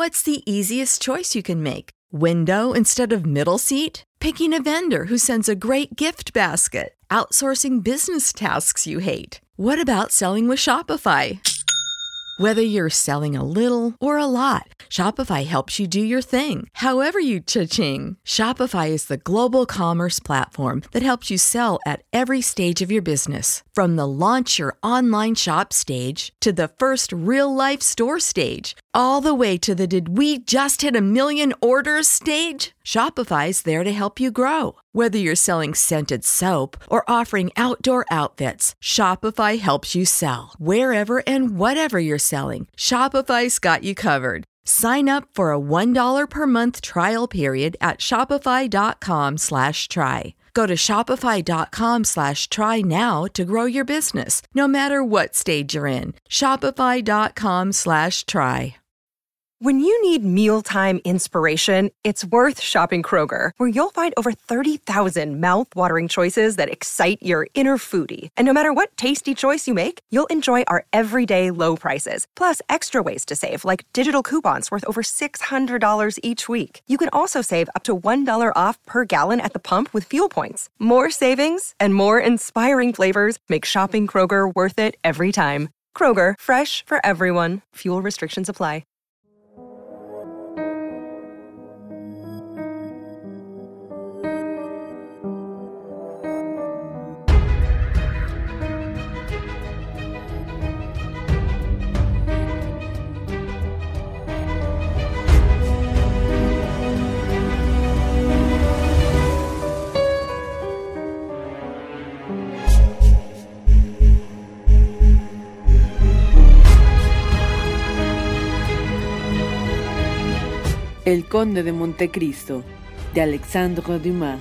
What's the easiest choice you can make? Window instead of middle seat? Picking a vendor who sends a great gift basket? Outsourcing business tasks you hate? What about selling with Shopify? Whether you're selling a little or a lot, Shopify helps you do your thing, however you cha-ching. Shopify is the global commerce platform that helps you sell at every stage of your business. From the launch your online shop stage to the first real-life store stage, all the way to the did we just hit a million orders stage? Shopify's there to help you grow. Whether you're selling scented soap or offering outdoor outfits, Shopify helps you sell. Wherever and whatever you're selling, Shopify's got you covered. Sign up for a $1 per month trial period at shopify.com/try. Go to shopify.com/try now to grow your business, no matter what stage you're in. Shopify.com/try. When you need mealtime inspiration, it's worth shopping Kroger, where you'll find over 30,000 mouth-watering choices that excite your inner foodie. And no matter what tasty choice you make, you'll enjoy our everyday low prices, plus extra ways to save, like digital coupons worth over $600 each week. You can also save up to $1 off per gallon at the pump with fuel points. More savings and more inspiring flavors make shopping Kroger worth it every time. Kroger, fresh for everyone. Fuel restrictions apply. El Conde de Montecristo, de Alexandre Dumas.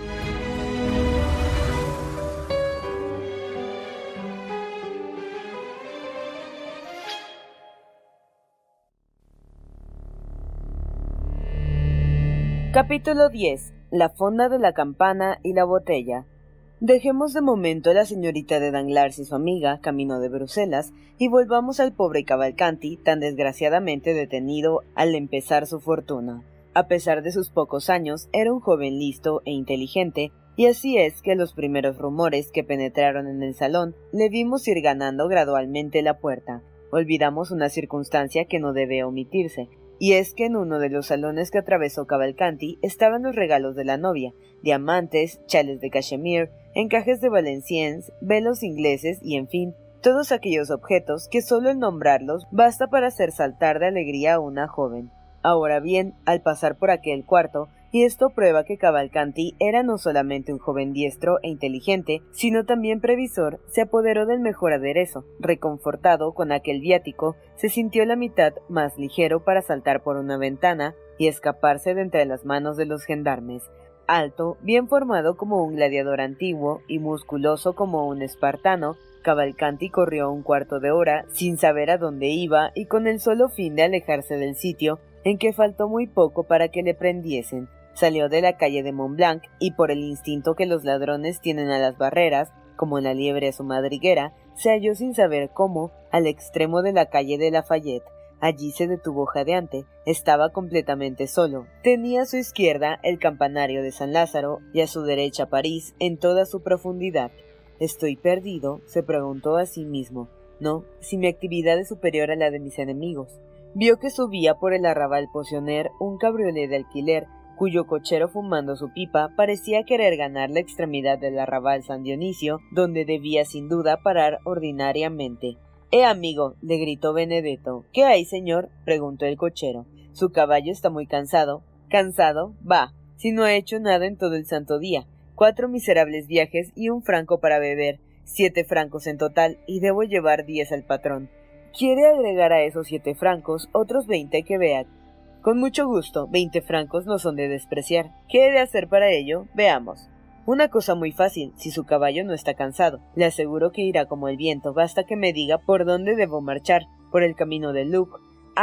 Capítulo 10. La fonda de la campana y la botella. Dejemos de momento a la señorita de Danglars y su amiga camino de Bruselas y volvamos al pobre Cavalcanti, tan desgraciadamente detenido al empezar su fortuna. A pesar de sus pocos años, era un joven listo e inteligente, y así es que los primeros rumores que penetraron en el salón le vimos ir ganando gradualmente la puerta. Olvidamos una circunstancia que no debe omitirse, y es que en uno de los salones que atravesó Cavalcanti estaban los regalos de la novia, diamantes, chales de cachemir, encajes de valenciennes, velos ingleses y, en fin, todos aquellos objetos que solo el nombrarlos basta para hacer saltar de alegría a una joven. Ahora bien, al pasar por aquel cuarto, y esto prueba que Cavalcanti era no solamente un joven diestro e inteligente, sino también previsor, se apoderó del mejor aderezo. Reconfortado con aquel viático, se sintió la mitad más ligero para saltar por una ventana y escaparse de entre las manos de los gendarmes. Alto, bien formado como un gladiador antiguo y musculoso como un espartano, Cavalcanti corrió un cuarto de hora sin saber a dónde iba y con el solo fin de alejarse del sitio en que faltó muy poco para que le prendiesen. Salió de la calle de Montblanc y por el instinto que los ladrones tienen a las barreras, como la liebre a su madriguera, se halló sin saber cómo al extremo de la calle de Lafayette. Allí se detuvo jadeante. Estaba completamente solo. Tenía a su izquierda el campanario de San Lázaro y a su derecha París en toda su profundidad. ¿Estoy perdido?, se preguntó a sí mismo. No, si mi actividad es superior a la de mis enemigos. Vio que subía por el arrabal Pocioner un cabriolé de alquiler, cuyo cochero, fumando su pipa, parecía querer ganar la extremidad del arrabal San Dionisio, donde debía sin duda parar ordinariamente. Amigo», le gritó Benedetto. «¿Qué hay, señor?», preguntó el cochero. «Su caballo está muy cansado». «¿Cansado? Bah, si no ha hecho nada en todo el santo día. 4 miserables viajes y 1 franco para beber, 7 francos en total, y debo llevar 10 al patrón. ¿Quiere agregar a esos 7 francos otros 20 que vea?» «Con mucho gusto, 20 francos no son de despreciar. ¿Qué he de hacer para ello? Veamos». «Una cosa muy fácil, si su caballo no está cansado. Le aseguro que irá como el viento, basta que me diga por dónde debo marchar. Por el camino del Louvre».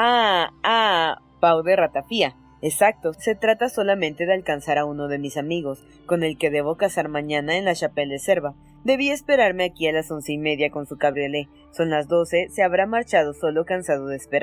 Pau de Ratafía. Exacto, se trata solamente de alcanzar a uno de mis amigos, con el que debo casar mañana en la Chapelle de Serva. Debía esperarme aquí a las 11:30 con su cabriolé. Son las 12, se habrá marchado solo cansado de esperar.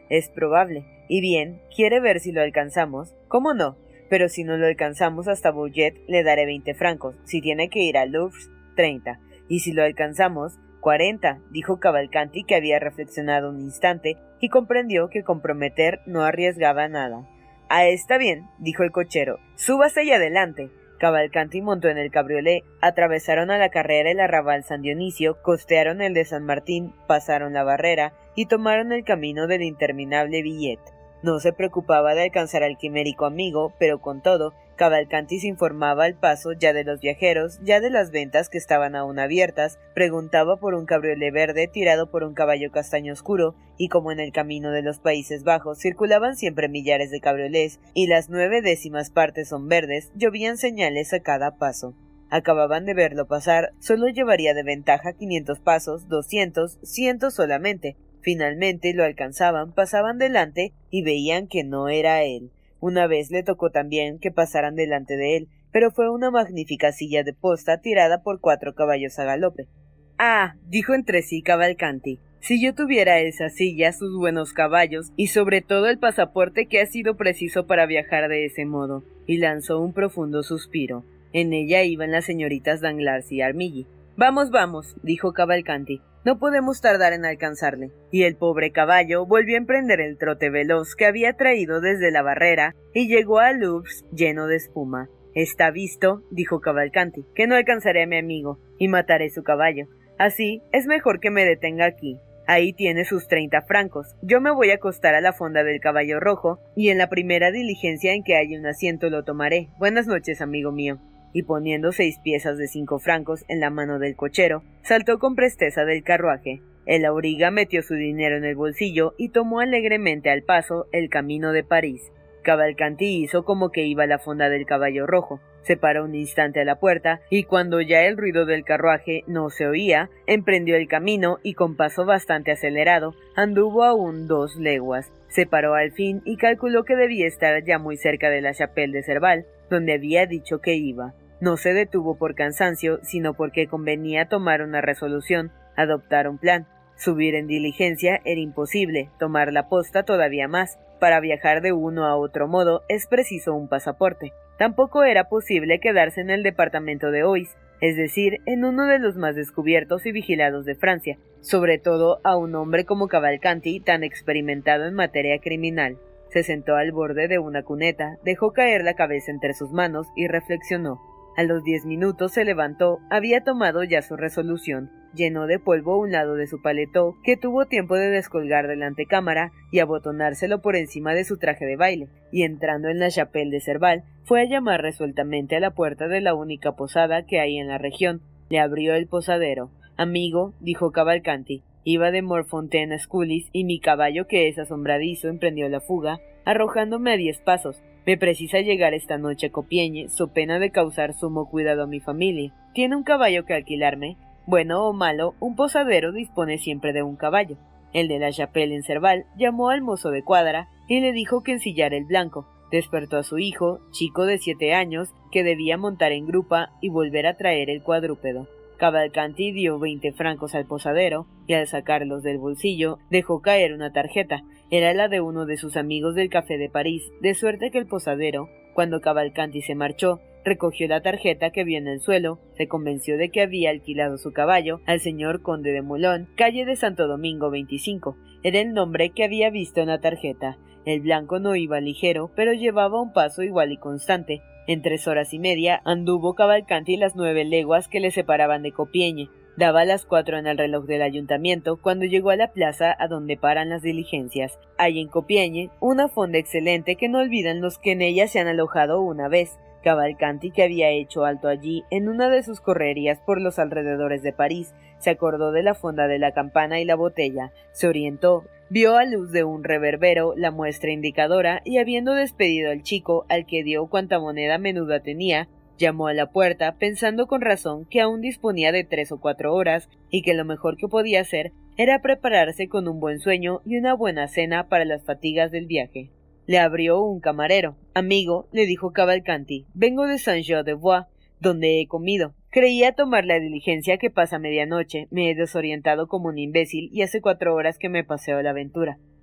Es probable. Y bien, ¿quiere ver si lo alcanzamos? ¿Cómo no? Pero si no lo alcanzamos hasta Bourget, le daré 20 francos. Si tiene que ir al Louvre, 30. Y si lo alcanzamos, 40, dijo Cavalcanti, que había reflexionado un instante y comprendió que con prometer no arriesgaba nada. Está bien, dijo el cochero. Súbase y adelante. Cavalcanti montó en el cabriolé, atravesaron a la carrera el arrabal San Dionisio, costearon el de San Martín, pasaron la barrera y tomaron el camino del interminable Billet. No se preocupaba de alcanzar al quimérico amigo, pero con todo, Cavalcanti se informaba al paso ya de los viajeros, ya de las ventas que estaban aún abiertas, preguntaba por un cabriolé verde tirado por un caballo castaño oscuro, y como en el camino de los Países Bajos circulaban siempre millares de cabriolés, y las 9/10 partes son verdes, llovían señales a cada paso. Acababan de verlo pasar, solo llevaría de ventaja 500 pasos, 200, 100 solamente. Finalmente lo alcanzaban, pasaban delante y veían que no era él. Una vez le tocó también que pasaran delante de él, pero fue una magnífica silla de posta tirada por 4 caballos a galope. «Ah», dijo entre sí Cavalcanti, «si yo tuviera esa silla, sus buenos caballos, y sobre todo el pasaporte que ha sido preciso para viajar de ese modo», y lanzó un profundo suspiro. En ella iban las señoritas Danglars y Armilly. «Vamos, vamos», dijo Cavalcanti. «No podemos tardar en alcanzarle». Y el pobre caballo volvió a emprender el trote veloz que había traído desde la barrera y llegó al Louvre lleno de espuma. «Está visto», dijo Cavalcanti, «que no alcanzaré a mi amigo y mataré su caballo. Así es mejor que me detenga aquí. Ahí tiene sus 30 francos. Yo me voy a acostar a la fonda del Caballo Rojo y en la primera diligencia en que haya un asiento lo tomaré. Buenas noches, amigo mío». Y poniendo 6 piezas de 5 francos en la mano del cochero, saltó con presteza del carruaje. El auriga metió su dinero en el bolsillo y tomó alegremente al paso el camino de París. Cavalcanti hizo como que iba a la fonda del Caballo Rojo. Se paró un instante a la puerta y cuando ya el ruido del carruaje no se oía, emprendió el camino y con paso bastante acelerado anduvo aún 2 leguas. Se paró al fin y calculó que debía estar ya muy cerca de la Chapelle de Serval, donde había dicho que iba. No se detuvo por cansancio, sino porque convenía tomar una resolución, adoptar un plan. Subir en diligencia era imposible, tomar la posta todavía más. Para viajar de uno a otro modo es preciso un pasaporte. Tampoco era posible quedarse en el departamento de Oise, es decir, en uno de los más descubiertos y vigilados de Francia, sobre todo a un hombre como Cavalcanti, tan experimentado en materia criminal. Se sentó al borde de una cuneta, dejó caer la cabeza entre sus manos y reflexionó. A los 10 minutos se levantó, había tomado ya su resolución, llenó de polvo un lado de su paletó, que tuvo tiempo de descolgar de la antecámara y abotonárselo por encima de su traje de baile, y entrando en la Chapelle de Serval, fue a llamar resueltamente a la puerta de la única posada que hay en la región. Le abrió el posadero. «Amigo», dijo Cavalcanti, «iba de Morfontaine a Scully y mi caballo, que es asombradizo, emprendió la fuga, arrojándome a 10 pasos. Me precisa llegar esta noche a Compiègne, so pena de causar sumo cuidado a mi familia. ¿Tiene un caballo que alquilarme? Bueno o malo, un posadero dispone siempre de un caballo». El de la Chapelle en Serval llamó al mozo de cuadra y le dijo que ensillara el blanco. Despertó a su hijo, chico de 7 años, que debía montar en grupa y volver a traer el cuadrúpedo. Cavalcanti dio 20 francos al posadero y al sacarlos del bolsillo dejó caer una tarjeta. Era la de uno de sus amigos del Café de París, de suerte que el posadero, cuando Cavalcanti se marchó, recogió la tarjeta que vio en el suelo, se convenció de que había alquilado su caballo al señor Conde de Moulon, calle de Santo Domingo 25. Era el nombre que había visto en la tarjeta. El blanco no iba ligero, pero llevaba un paso igual y constante. En 3 horas y media anduvo Cavalcanti las 9 leguas que le separaban de Compiègne. Daba las 4 en el reloj del ayuntamiento cuando llegó a la plaza a donde paran las diligencias. Hay en Compiègne una fonda excelente que no olvidan los que en ella se han alojado una vez. Cavalcanti, que había hecho alto allí en una de sus correrías por los alrededores de París, se acordó de la fonda de la campana y la botella, se orientó, vio a luz de un reverbero la muestra indicadora y habiendo despedido al chico, al que dio cuanta moneda menuda tenía, llamó a la puerta pensando con razón que aún disponía de 3 o 4 horas y que lo mejor que podía hacer era prepararse con un buen sueño y una buena cena para las fatigas del viaje. Le abrió un camarero. «Amigo», le dijo Cavalcanti, «vengo de Saint-Jean-de-Bois, donde he comido. Creía tomar la diligencia que pasa medianoche. Me he desorientado como un imbécil y hace 4 horas que me paseo a la aventura».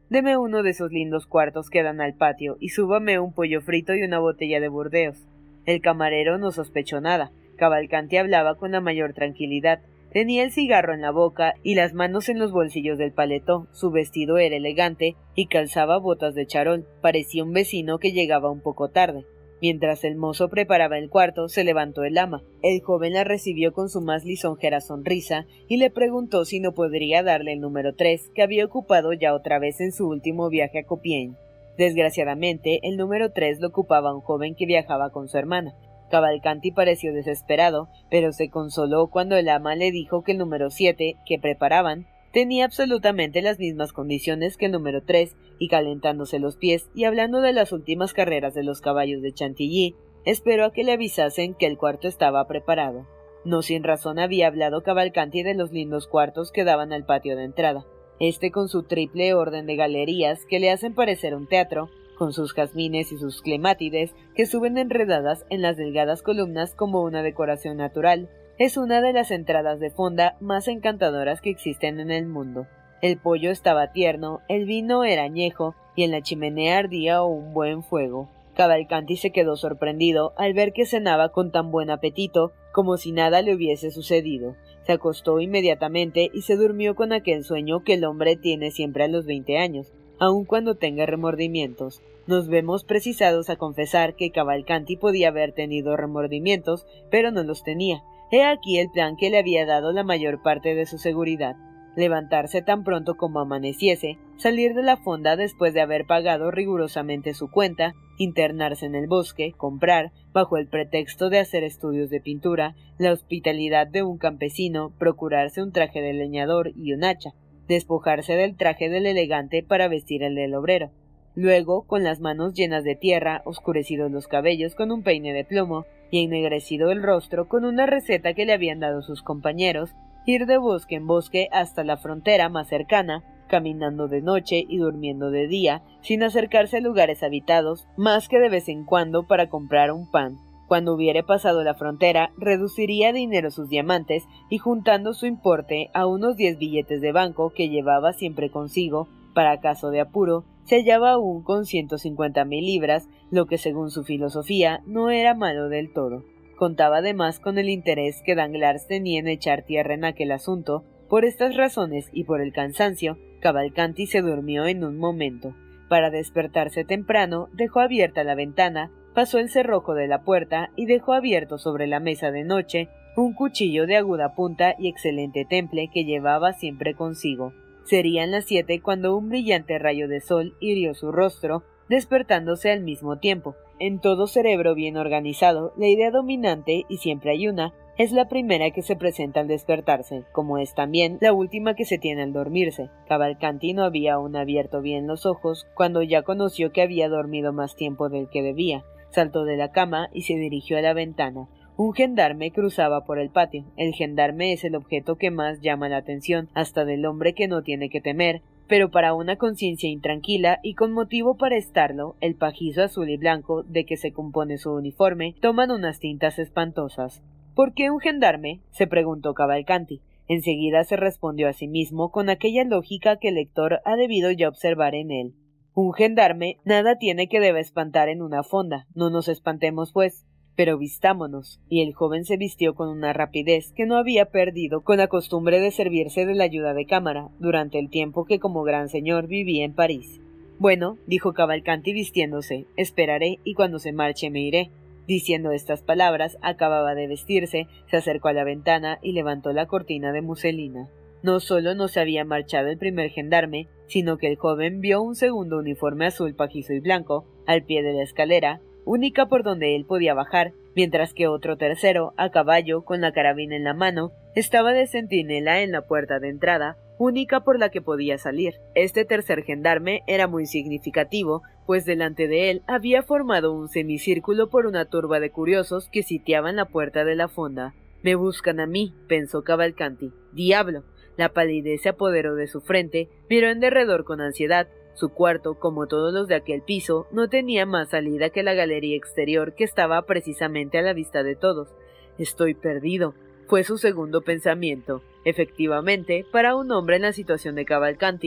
Deme uno de esos lindos cuartos que dan al patio y súbame un pollo frito y una botella de Burdeos. El camarero no sospechó nada. Cavalcanti hablaba con la mayor tranquilidad. Tenía el cigarro en la boca y las manos en los bolsillos del paletó. Su vestido era elegante y calzaba botas de charol. Parecía un vecino que llegaba un poco tarde. Mientras el mozo preparaba el cuarto, se levantó el ama. El joven la recibió con su más lisonjera sonrisa y le preguntó si no podría darle el número 3, que había ocupado ya otra vez en su último viaje a Compiègne. Desgraciadamente, el número 3 lo ocupaba un joven que viajaba con su hermana. Cavalcanti pareció desesperado, pero se consoló cuando el ama le dijo que el número 7, que preparaban, tenía absolutamente las mismas condiciones que el número 3, y calentándose los pies y hablando de las últimas carreras de los caballos de Chantilly, esperó a que le avisasen que el cuarto estaba preparado. No sin razón había hablado Cavalcanti de los lindos cuartos que daban al patio de entrada. Con su triple orden de galerías que le hacen parecer un teatro, con sus jazmines y sus clemátides que suben enredadas en las delgadas columnas como una decoración natural, es una de las entradas de fonda más encantadoras que existen en el mundo. El pollo estaba tierno, el vino era añejo y en la chimenea ardía un buen fuego. Cavalcanti se quedó sorprendido al ver que cenaba con tan buen apetito como si nada le hubiese sucedido. Se acostó inmediatamente y se durmió con aquel sueño que el hombre tiene siempre a los 20 años, aun cuando tenga remordimientos. Nos vemos precisados a confesar que Cavalcanti podía haber tenido remordimientos, pero no los tenía. He aquí el plan que le había dado la mayor parte de su seguridad. Levantarse tan pronto como amaneciese, salir de la fonda después de haber pagado rigurosamente su cuenta, internarse en el bosque, comprar, bajo el pretexto de hacer estudios de pintura, la hospitalidad de un campesino, procurarse un traje de leñador y un hacha, despojarse del traje del elegante para vestir el del obrero. Luego, con las manos llenas de tierra, oscurecidos los cabellos con un peine de plomo y ennegrecido el rostro con una receta que le habían dado sus compañeros, ir de bosque en bosque hasta la frontera más cercana, caminando de noche y durmiendo de día, sin acercarse a lugares habitados, más que de vez en cuando para comprar un pan. Cuando hubiere pasado la frontera, reduciría a dinero sus diamantes y juntando su importe a unos 10 billetes de banco que llevaba siempre consigo, para caso de apuro, se hallaba aún con 150,000 libras, lo que según su filosofía no era malo del todo. Contaba además con el interés que Danglars tenía en echar tierra en aquel asunto. Por estas razones y por el cansancio, Cavalcanti se durmió en un momento. Para despertarse temprano, dejó abierta la ventana, pasó el cerrojo de la puerta y dejó abierto sobre la mesa de noche un cuchillo de aguda punta y excelente temple que llevaba siempre consigo. Serían las 7 cuando un brillante rayo de sol hirió su rostro, despertándose al mismo tiempo. En todo cerebro bien organizado, la idea dominante, y siempre hay una, es la primera que se presenta al despertarse, como es también la última que se tiene al dormirse. Cavalcanti no había aún abierto bien los ojos cuando ya conoció que había dormido más tiempo del que debía. Saltó de la cama y se dirigió a la ventana. Un gendarme cruzaba por el patio. El gendarme es el objeto que más llama la atención, hasta del hombre que no tiene que temer, pero para una conciencia intranquila y con motivo para estarlo, el pajizo azul y blanco de que se compone su uniforme toman unas tintas espantosas. ¿Por qué un gendarme?, se preguntó Cavalcanti. Enseguida se respondió a sí mismo con aquella lógica que el lector ha debido ya observar en él. Un gendarme nada tiene que deba espantar en una fonda. No nos espantemos, pues, pero vistámonos. Y el joven se vistió con una rapidez que no había perdido con la costumbre de servirse de la ayuda de cámara durante el tiempo que como gran señor vivía en París. Bueno, dijo Cavalcanti vistiéndose, esperaré y cuando se marche me iré. Diciendo estas palabras, acababa de vestirse, se acercó a la ventana y levantó la cortina de muselina. No solo no se había marchado el primer gendarme, sino que el joven vio un segundo uniforme azul pajizo y blanco al pie de la escalera, única por donde él podía bajar, mientras que otro tercero, a caballo, con la carabina en la mano, estaba de centinela en la puerta de entrada, única por la que podía salir. Este tercer gendarme era muy significativo, pues delante de él había formado un semicírculo por una turba de curiosos que sitiaban la puerta de la fonda. «Me buscan a mí», pensó Cavalcanti. «¡Diablo!». La palidez se apoderó de su frente, miró en derredor con ansiedad. Su cuarto, como todos los de aquel piso, no tenía más salida que la galería exterior que estaba precisamente a la vista de todos. «Estoy perdido», fue su segundo pensamiento. Efectivamente, para un hombre en la situación de Cavalcanti,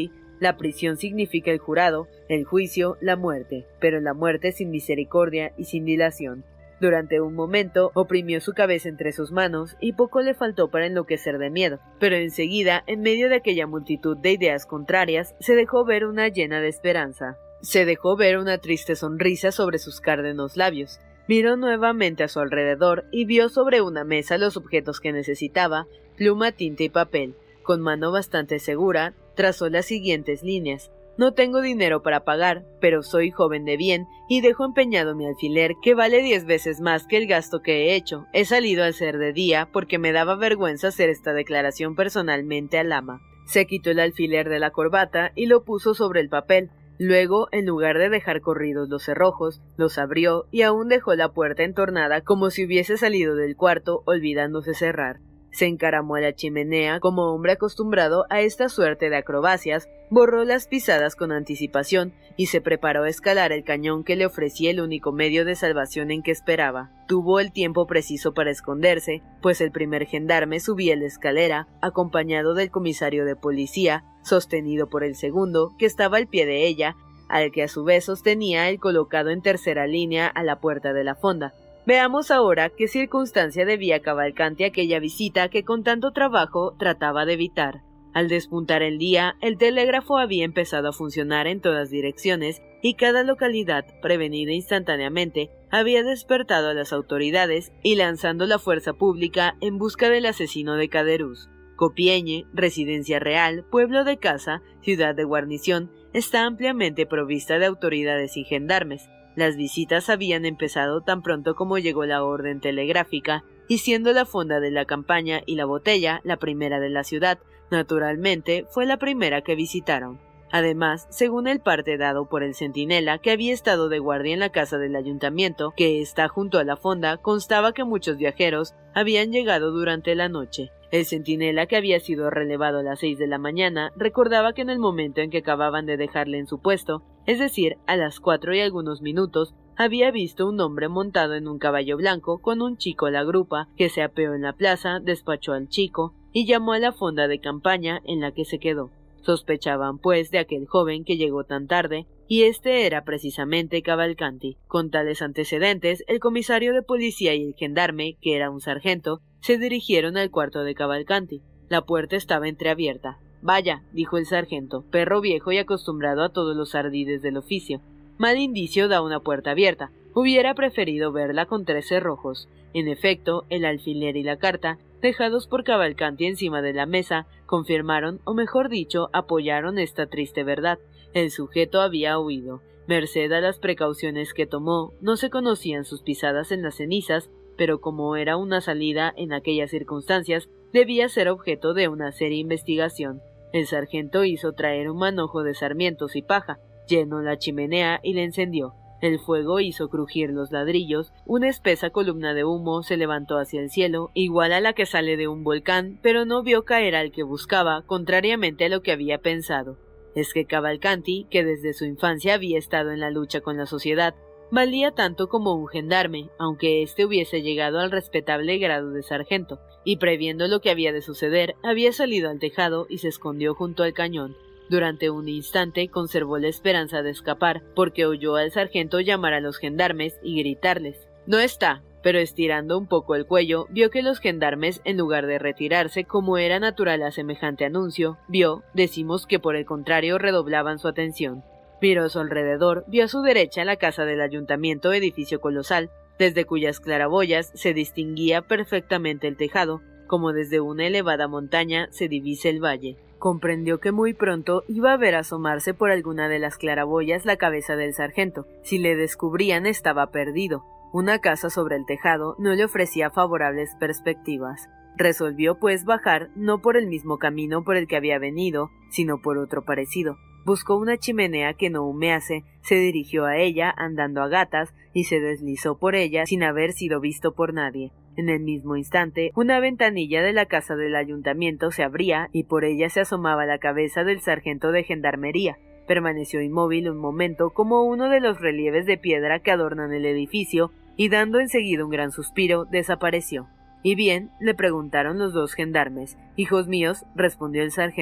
La prisión significa el jurado, el juicio, la muerte, pero la muerte sin misericordia y sin dilación. Durante un momento oprimió su cabeza entre sus manos y poco le faltó para enloquecer de miedo, pero enseguida, en medio de aquella multitud de ideas contrarias, se dejó ver una llena de esperanza. Se dejó ver una triste sonrisa sobre sus cárdenos labios. Miró nuevamente a su alrededor y vio sobre una mesa los objetos que necesitaba, pluma, tinta y papel. Con mano bastante segura, trazó las siguientes líneas. No tengo dinero para pagar, pero soy joven de bien y dejo empeñado mi alfiler, que vale 10 veces más que el gasto que he hecho. He salido al ser de día porque me daba vergüenza hacer esta declaración personalmente al ama. Se quitó el alfiler de la corbata y lo puso sobre el papel. Luego, en lugar de dejar corridos los cerrojos, los abrió y aún dejó la puerta entornada como si hubiese salido del cuarto olvidándose cerrar. Se encaramó a la chimenea como hombre acostumbrado a esta suerte de acrobacias, borró las pisadas con anticipación y se preparó a escalar el cañón que le ofrecía el único medio de salvación en que esperaba. Tuvo el tiempo preciso para esconderse, pues el primer gendarme subía la escalera, acompañado del comisario de policía, sostenido por el segundo, que estaba al pie de ella, al que a su vez sostenía el colocado en tercera línea a la puerta de la fonda. Veamos ahora qué circunstancia debía Cavalcanti aquella visita que con tanto trabajo trataba de evitar. Al despuntar el día, el telégrafo había empezado a funcionar en todas direcciones y cada localidad, prevenida instantáneamente, había despertado a las autoridades y lanzando la fuerza pública en busca del asesino de Caderuz. Compiègne, residencia real, pueblo de caza, ciudad de guarnición, está ampliamente provista de autoridades y gendarmes. Las visitas habían empezado tan pronto como llegó la orden telegráfica, y siendo la fonda de la Campaña y la Botella la primera de la ciudad, naturalmente fue la primera que visitaron. Además, según el parte dado por el centinela que había estado de guardia en la casa del ayuntamiento, que está junto a la fonda, constaba que muchos viajeros habían llegado durante la noche. El centinela, que había sido relevado a las 6 de la mañana, recordaba que en el momento en que acababan de dejarle en su puesto, es decir, a las 4 y algunos minutos, había visto un hombre montado en un caballo blanco con un chico a la grupa, que se apeó en la plaza, despachó al chico y llamó a la fonda de Campaña, en la que se quedó. Sospechaban, pues, de aquel joven que llegó tan tarde, y este era precisamente Cavalcanti. Con tales antecedentes, el comisario de policía y el gendarme, que era un sargento, se dirigieron al cuarto de Cavalcanti. La puerta estaba entreabierta. «Vaya», dijo el sargento, perro viejo y acostumbrado a todos los ardides del oficio. «Mal indicio da una puerta abierta. Hubiera preferido verla con 3 cerrojos». En efecto, el alfiler y la carta, dejados por Cavalcanti encima de la mesa, confirmaron, o mejor dicho, apoyaron esta triste verdad. El sujeto había huido. Merced a las precauciones que tomó, no se conocían sus pisadas en las cenizas, pero como era una salida en aquellas circunstancias, debía ser objeto de una seria investigación. El sargento hizo traer un manojo de sarmientos y paja, llenó la chimenea y la encendió. El fuego hizo crujir los ladrillos, una espesa columna de humo se levantó hacia el cielo, igual a la que sale de un volcán, pero no vio caer al que buscaba, contrariamente a lo que había pensado. Es que Cavalcanti, que desde su infancia había estado en la lucha con la sociedad, valía tanto como un gendarme, aunque éste hubiese llegado al respetable grado de sargento, y previendo lo que había de suceder, había salido al tejado y se escondió junto al cañón. Durante un instante conservó la esperanza de escapar, porque oyó al sargento llamar a los gendarmes y gritarles «¡No está!», pero estirando un poco el cuello, vio que los gendarmes, en lugar de retirarse como era natural a semejante anuncio, decimos que por el contrario redoblaban su atención. Miró a su alrededor, vio a su derecha la casa del ayuntamiento, edificio colosal, desde cuyas claraboyas se distinguía perfectamente el tejado, como desde una elevada montaña se divisa el valle. Comprendió que muy pronto iba a ver asomarse por alguna de las claraboyas la cabeza del sargento. Si le descubrían estaba perdido. Una casa sobre el tejado no le ofrecía favorables perspectivas. Resolvió pues bajar no por el mismo camino por el que había venido, sino por otro parecido. Buscó una chimenea que no humease, se dirigió a ella andando a gatas y se deslizó por ella sin haber sido visto por nadie. En el mismo instante, una ventanilla de la casa del ayuntamiento se abría y por ella se asomaba la cabeza del sargento de gendarmería. Permaneció inmóvil un momento como uno de los relieves de piedra que adornan el edificio y dando enseguida un gran suspiro, desapareció. «¿Y bien?», le preguntaron los 2 gendarmes. «Hijos míos», respondió el sargento.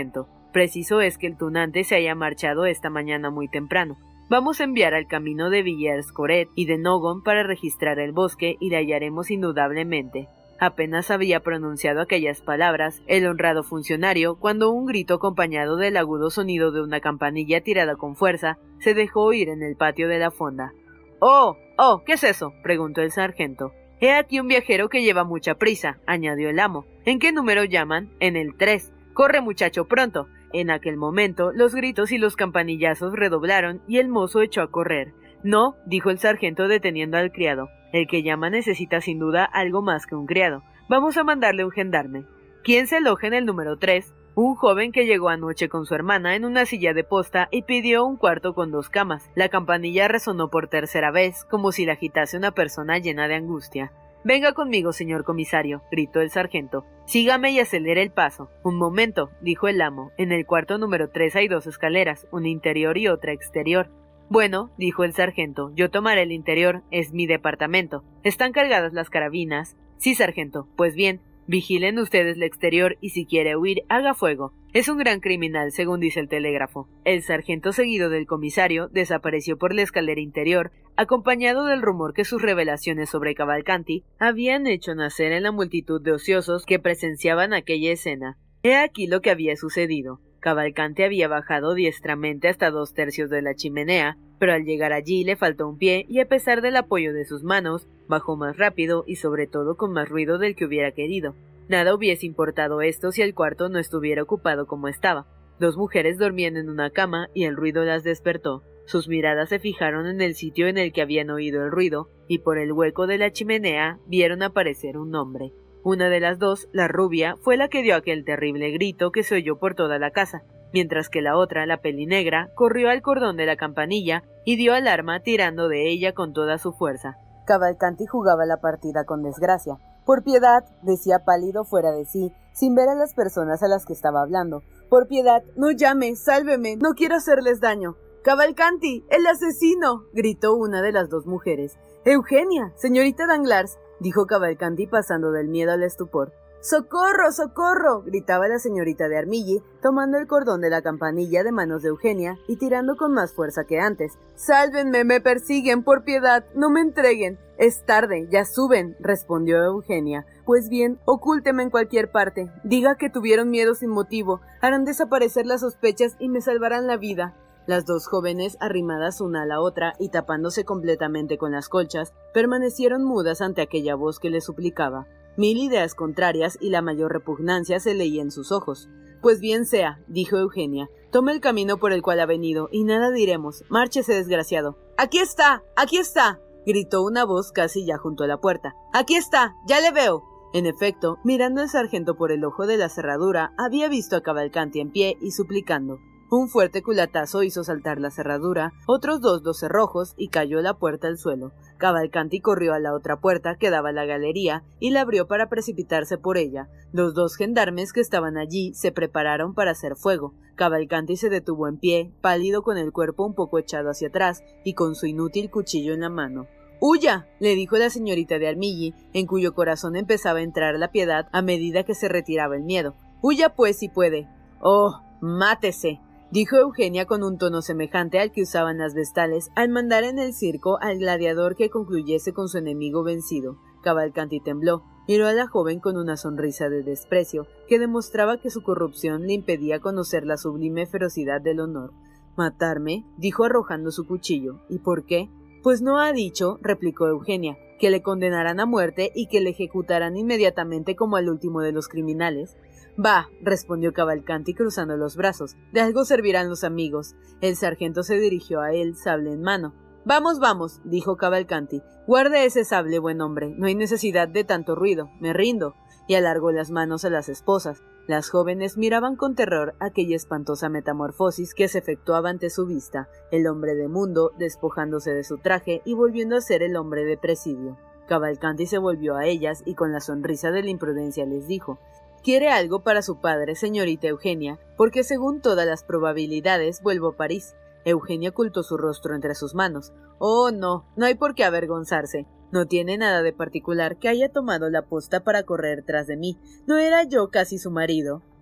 Preciso es que el tunante se haya marchado esta mañana muy temprano. Vamos a enviar al camino de Villers-Coret y de Nogon para registrar el bosque y le hallaremos indudablemente. Apenas había pronunciado aquellas palabras el honrado funcionario cuando un grito acompañado del agudo sonido de una campanilla tirada con fuerza se dejó oír en el patio de la fonda. ¡Oh! ¿Qué es eso?, preguntó el sargento. He aquí un viajero que lleva mucha prisa, añadió el amo. ¿En qué número llaman? En el 3. Corre, muchacho, pronto. En aquel momento los gritos y los campanillazos redoblaron y el mozo echó a correr. No, dijo el sargento deteniendo al criado. El que llama necesita sin duda algo más que un criado. Vamos a mandarle un gendarme. ¿Quién se aloja en el número 3? Un joven que llegó anoche con su hermana en una silla de posta y pidió un cuarto con 2 camas. La campanilla resonó por tercera vez, como si la agitase una persona llena de angustia. «Venga conmigo, señor comisario», gritó el sargento. «Sígame y acelere el paso». «Un momento», dijo el amo. «En el cuarto número 3 hay 2 escaleras, una interior y otra exterior». «Bueno», dijo el sargento, «yo tomaré el interior, es mi departamento. ¿Están cargadas las carabinas?» «Sí, sargento». «Pues bien, vigilen ustedes el exterior y si quiere huir, haga fuego. Es un gran criminal, según dice el telégrafo». El sargento, seguido del comisario, desapareció por la escalera interior, acompañado del rumor que sus revelaciones sobre Cavalcanti habían hecho nacer en la multitud de ociosos que presenciaban aquella escena. He aquí lo que había sucedido. Cavalcanti había bajado diestramente hasta 2/3 de la chimenea, pero al llegar allí le faltó un pie y a pesar del apoyo de sus manos, bajó más rápido y sobre todo con más ruido del que hubiera querido. Nada hubiese importado esto si el cuarto no estuviera ocupado como estaba. 2 mujeres dormían en una cama y el ruido las despertó. Sus miradas se fijaron en el sitio en el que habían oído el ruido y por el hueco de la chimenea vieron aparecer un hombre. Una de las 2, la rubia, fue la que dio aquel terrible grito que se oyó por toda la casa, mientras que la otra, la pelinegra, corrió al cordón de la campanilla y dio alarma tirando de ella con toda su fuerza. Cavalcanti jugaba la partida con desgracia. «Por piedad», decía pálido fuera de sí, sin ver a las personas a las que estaba hablando. «Por piedad, no llame, sálveme, no quiero hacerles daño». «Cavalcanti, el asesino», gritó una de las 2 mujeres. «Eugenia, señorita Danglars», dijo Cavalcanti pasando del miedo al estupor. «¡Socorro, socorro!», gritaba la señorita de Armilly, tomando el cordón de la campanilla de manos de Eugenia y tirando con más fuerza que antes. «¡Sálvenme, me persiguen, por piedad, no me entreguen!». «Es tarde, ya suben», respondió Eugenia. «Pues bien, ocúlteme en cualquier parte. Diga que tuvieron miedo sin motivo, harán desaparecer las sospechas y me salvarán la vida». Las 2 jóvenes, arrimadas una a la otra y tapándose completamente con las colchas, permanecieron mudas ante aquella voz que les suplicaba. 1000 ideas contrarias y la mayor repugnancia se leía en sus ojos. «Pues bien sea», dijo Eugenia, «tome el camino por el cual ha venido y nada diremos. Márchese, desgraciado». «¡Aquí está! ¡Aquí está!», gritó una voz casi ya junto a la puerta. «¡Aquí está! ¡Ya le veo!». En efecto, mirando el sargento por el ojo de la cerradura, había visto a Cavalcanti en pie y suplicando. Un fuerte culatazo hizo saltar la cerradura, otros 2 cerrojos y cayó la puerta al suelo. Cavalcanti corrió a la otra puerta que daba a la galería y la abrió para precipitarse por ella. Los 2 gendarmes que estaban allí se prepararon para hacer fuego. Cavalcanti se detuvo en pie, pálido con el cuerpo un poco echado hacia atrás y con su inútil cuchillo en la mano. «¡Huya!», le dijo la señorita de Armilly, en cuyo corazón empezaba a entrar la piedad a medida que se retiraba el miedo. «¡Huya pues si puede!». «¡Oh, mátese!», dijo Eugenia con un tono semejante al que usaban las vestales al mandar en el circo al gladiador que concluyese con su enemigo vencido. Cavalcanti tembló, miró a la joven con una sonrisa de desprecio que demostraba que su corrupción le impedía conocer la sublime ferocidad del honor. «¿Matarme?», dijo arrojando su cuchillo. «¿Y por qué?». «Pues no ha dicho», replicó Eugenia, «que le condenarán a muerte y que le ejecutarán inmediatamente como al último de los criminales». «Bah», respondió Cavalcanti cruzando los brazos, «de algo servirán los amigos». El sargento se dirigió a él, sable en mano. «Vamos, vamos», dijo Cavalcanti, «guarde ese sable, buen hombre, no hay necesidad de tanto ruido, me rindo», y alargó las manos a las esposas. Las jóvenes miraban con terror aquella espantosa metamorfosis que se efectuaba ante su vista, el hombre de mundo despojándose de su traje y volviendo a ser el hombre de presidio. Cavalcanti se volvió a ellas y con la sonrisa de la imprudencia les dijo: «Quiere algo para su padre, señorita Eugenia, porque según todas las probabilidades vuelvo a París». Eugenia ocultó su rostro entre sus manos. «Oh, no hay por qué avergonzarse. No tiene nada de particular que haya tomado la posta para correr tras de mí. ¿No era yo casi su marido?».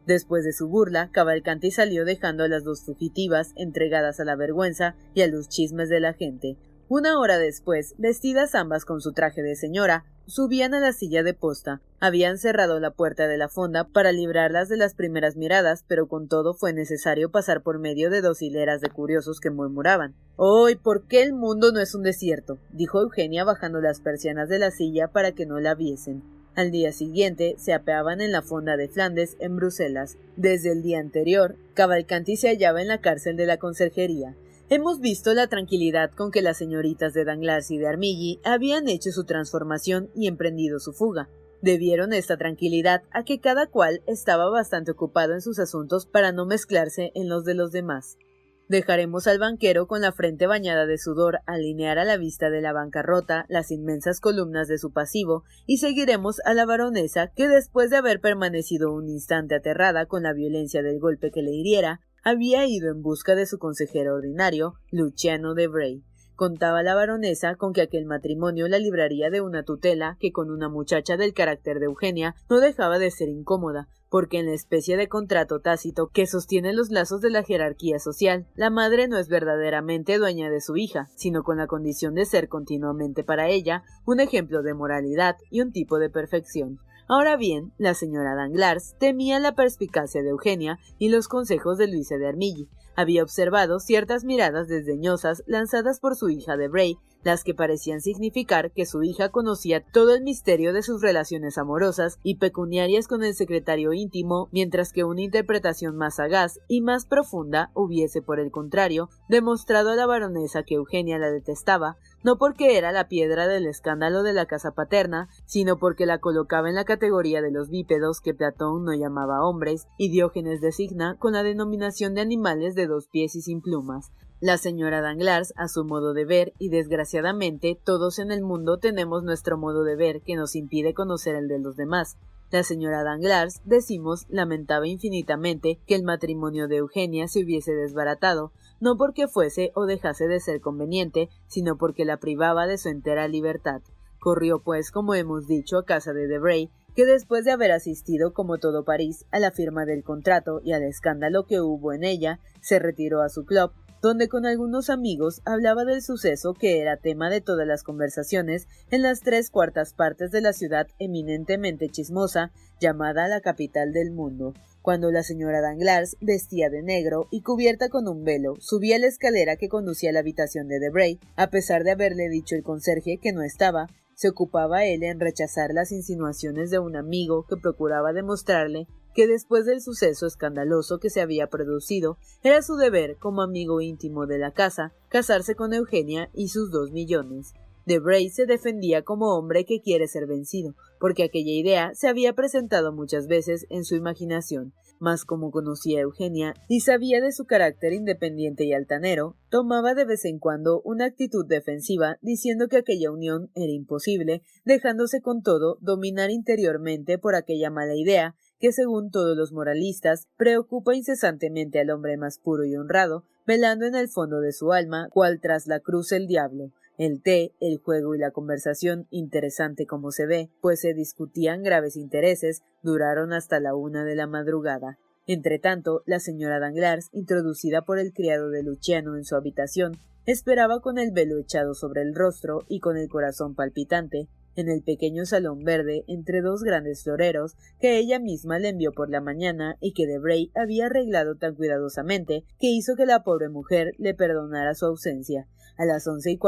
Después de su burla, Cavalcanti salió dejando a las dos fugitivas entregadas a la vergüenza y a los chismes de la gente. Una hora después, vestidas ambas con su traje de señora, subían a la silla de posta. Habían cerrado la puerta de la fonda para librarlas de las primeras miradas, pero con todo fue necesario pasar por medio de dos hileras de curiosos que murmuraban. «¡Ay, por qué el mundo no es un desierto!», dijo Eugenia bajando las persianas de la silla para que no la viesen. Al día siguiente se apeaban en la fonda de Flandes, en Bruselas. Desde el día anterior, Cavalcanti se hallaba en la cárcel de la conserjería. Hemos visto la tranquilidad con que las señoritas de Danglars y de Armilly habían hecho su transformación y emprendido su fuga. Debieron esta tranquilidad a que cada cual estaba bastante ocupado en sus asuntos para no mezclarse en los de los demás. Dejaremos al banquero con la frente bañada de sudor alinear a la vista de la bancarrota las inmensas columnas de su pasivo y seguiremos a la baronesa que después de haber permanecido un instante aterrada con la violencia del golpe que le hiriera, había ido en busca de su consejero ordinario, Luciano Debray. Contaba la baronesa con que aquel matrimonio la libraría de una tutela que con una muchacha del carácter de Eugenia no dejaba de ser incómoda, porque en la especie de contrato tácito que sostiene los lazos de la jerarquía social, la madre no es verdaderamente dueña de su hija, sino con la condición de ser continuamente para ella un ejemplo de moralidad y un tipo de perfección. Ahora bien, la señora Danglars temía la perspicacia de Eugenia y los consejos de Luisa de Armilly. Había observado ciertas miradas desdeñosas lanzadas por su hija Debray, las que parecían significar que su hija conocía todo el misterio de sus relaciones amorosas y pecuniarias con el secretario íntimo, mientras que una interpretación más sagaz y más profunda hubiese, por el contrario, demostrado a la baronesa que Eugenia la detestaba, no porque era la piedra del escándalo de la casa paterna, sino porque la colocaba en la categoría de los bípedos que Platón no llamaba hombres y Diógenes designa con la denominación de animales de 2 pies y sin plumas. La señora Danglars, a su modo de ver, y desgraciadamente todos en el mundo tenemos nuestro modo de ver que nos impide conocer el de los demás. La señora Danglars, decimos, lamentaba infinitamente que el matrimonio de Eugenia se hubiese desbaratado, no porque fuese o dejase de ser conveniente, sino porque la privaba de su entera libertad. Corrió, pues, como hemos dicho, a casa de Debray, que después de haber asistido, como todo París, a la firma del contrato y al escándalo que hubo en ella, se retiró a su club, donde con algunos amigos hablaba del suceso que era tema de todas las conversaciones en las 3/4 partes de la ciudad eminentemente chismosa, llamada la capital del mundo. Cuando la señora Danglars, vestida de negro y cubierta con un velo, subía la escalera que conducía a la habitación de Debray, a pesar de haberle dicho el conserje que no estaba, se ocupaba él en rechazar las insinuaciones de un amigo que procuraba demostrarle que después del suceso escandaloso que se había producido, era su deber, como amigo íntimo de la casa, casarse con Eugenia y sus 2 millones. Debray se defendía como hombre que quiere ser vencido, porque aquella idea se había presentado muchas veces en su imaginación, mas como conocía a Eugenia y sabía de su carácter independiente y altanero, tomaba de vez en cuando una actitud defensiva diciendo que aquella unión era imposible, dejándose con todo dominar interiormente por aquella mala idea que, según todos los moralistas, preocupa incesantemente al hombre más puro y honrado, velando en el fondo de su alma, cual tras la cruz el diablo. El té, el juego y la conversación, interesante como se ve, pues se discutían graves intereses, duraron hasta la 1 de la madrugada. Entretanto, la señora Danglars, introducida por el criado de Luciano en su habitación, esperaba con el velo echado sobre el rostro y con el corazón palpitante, en el pequeño salón verde entre 2 grandes floreros que ella misma le envió por la mañana y que Debray había arreglado tan cuidadosamente que hizo que la pobre mujer le perdonara su ausencia. A las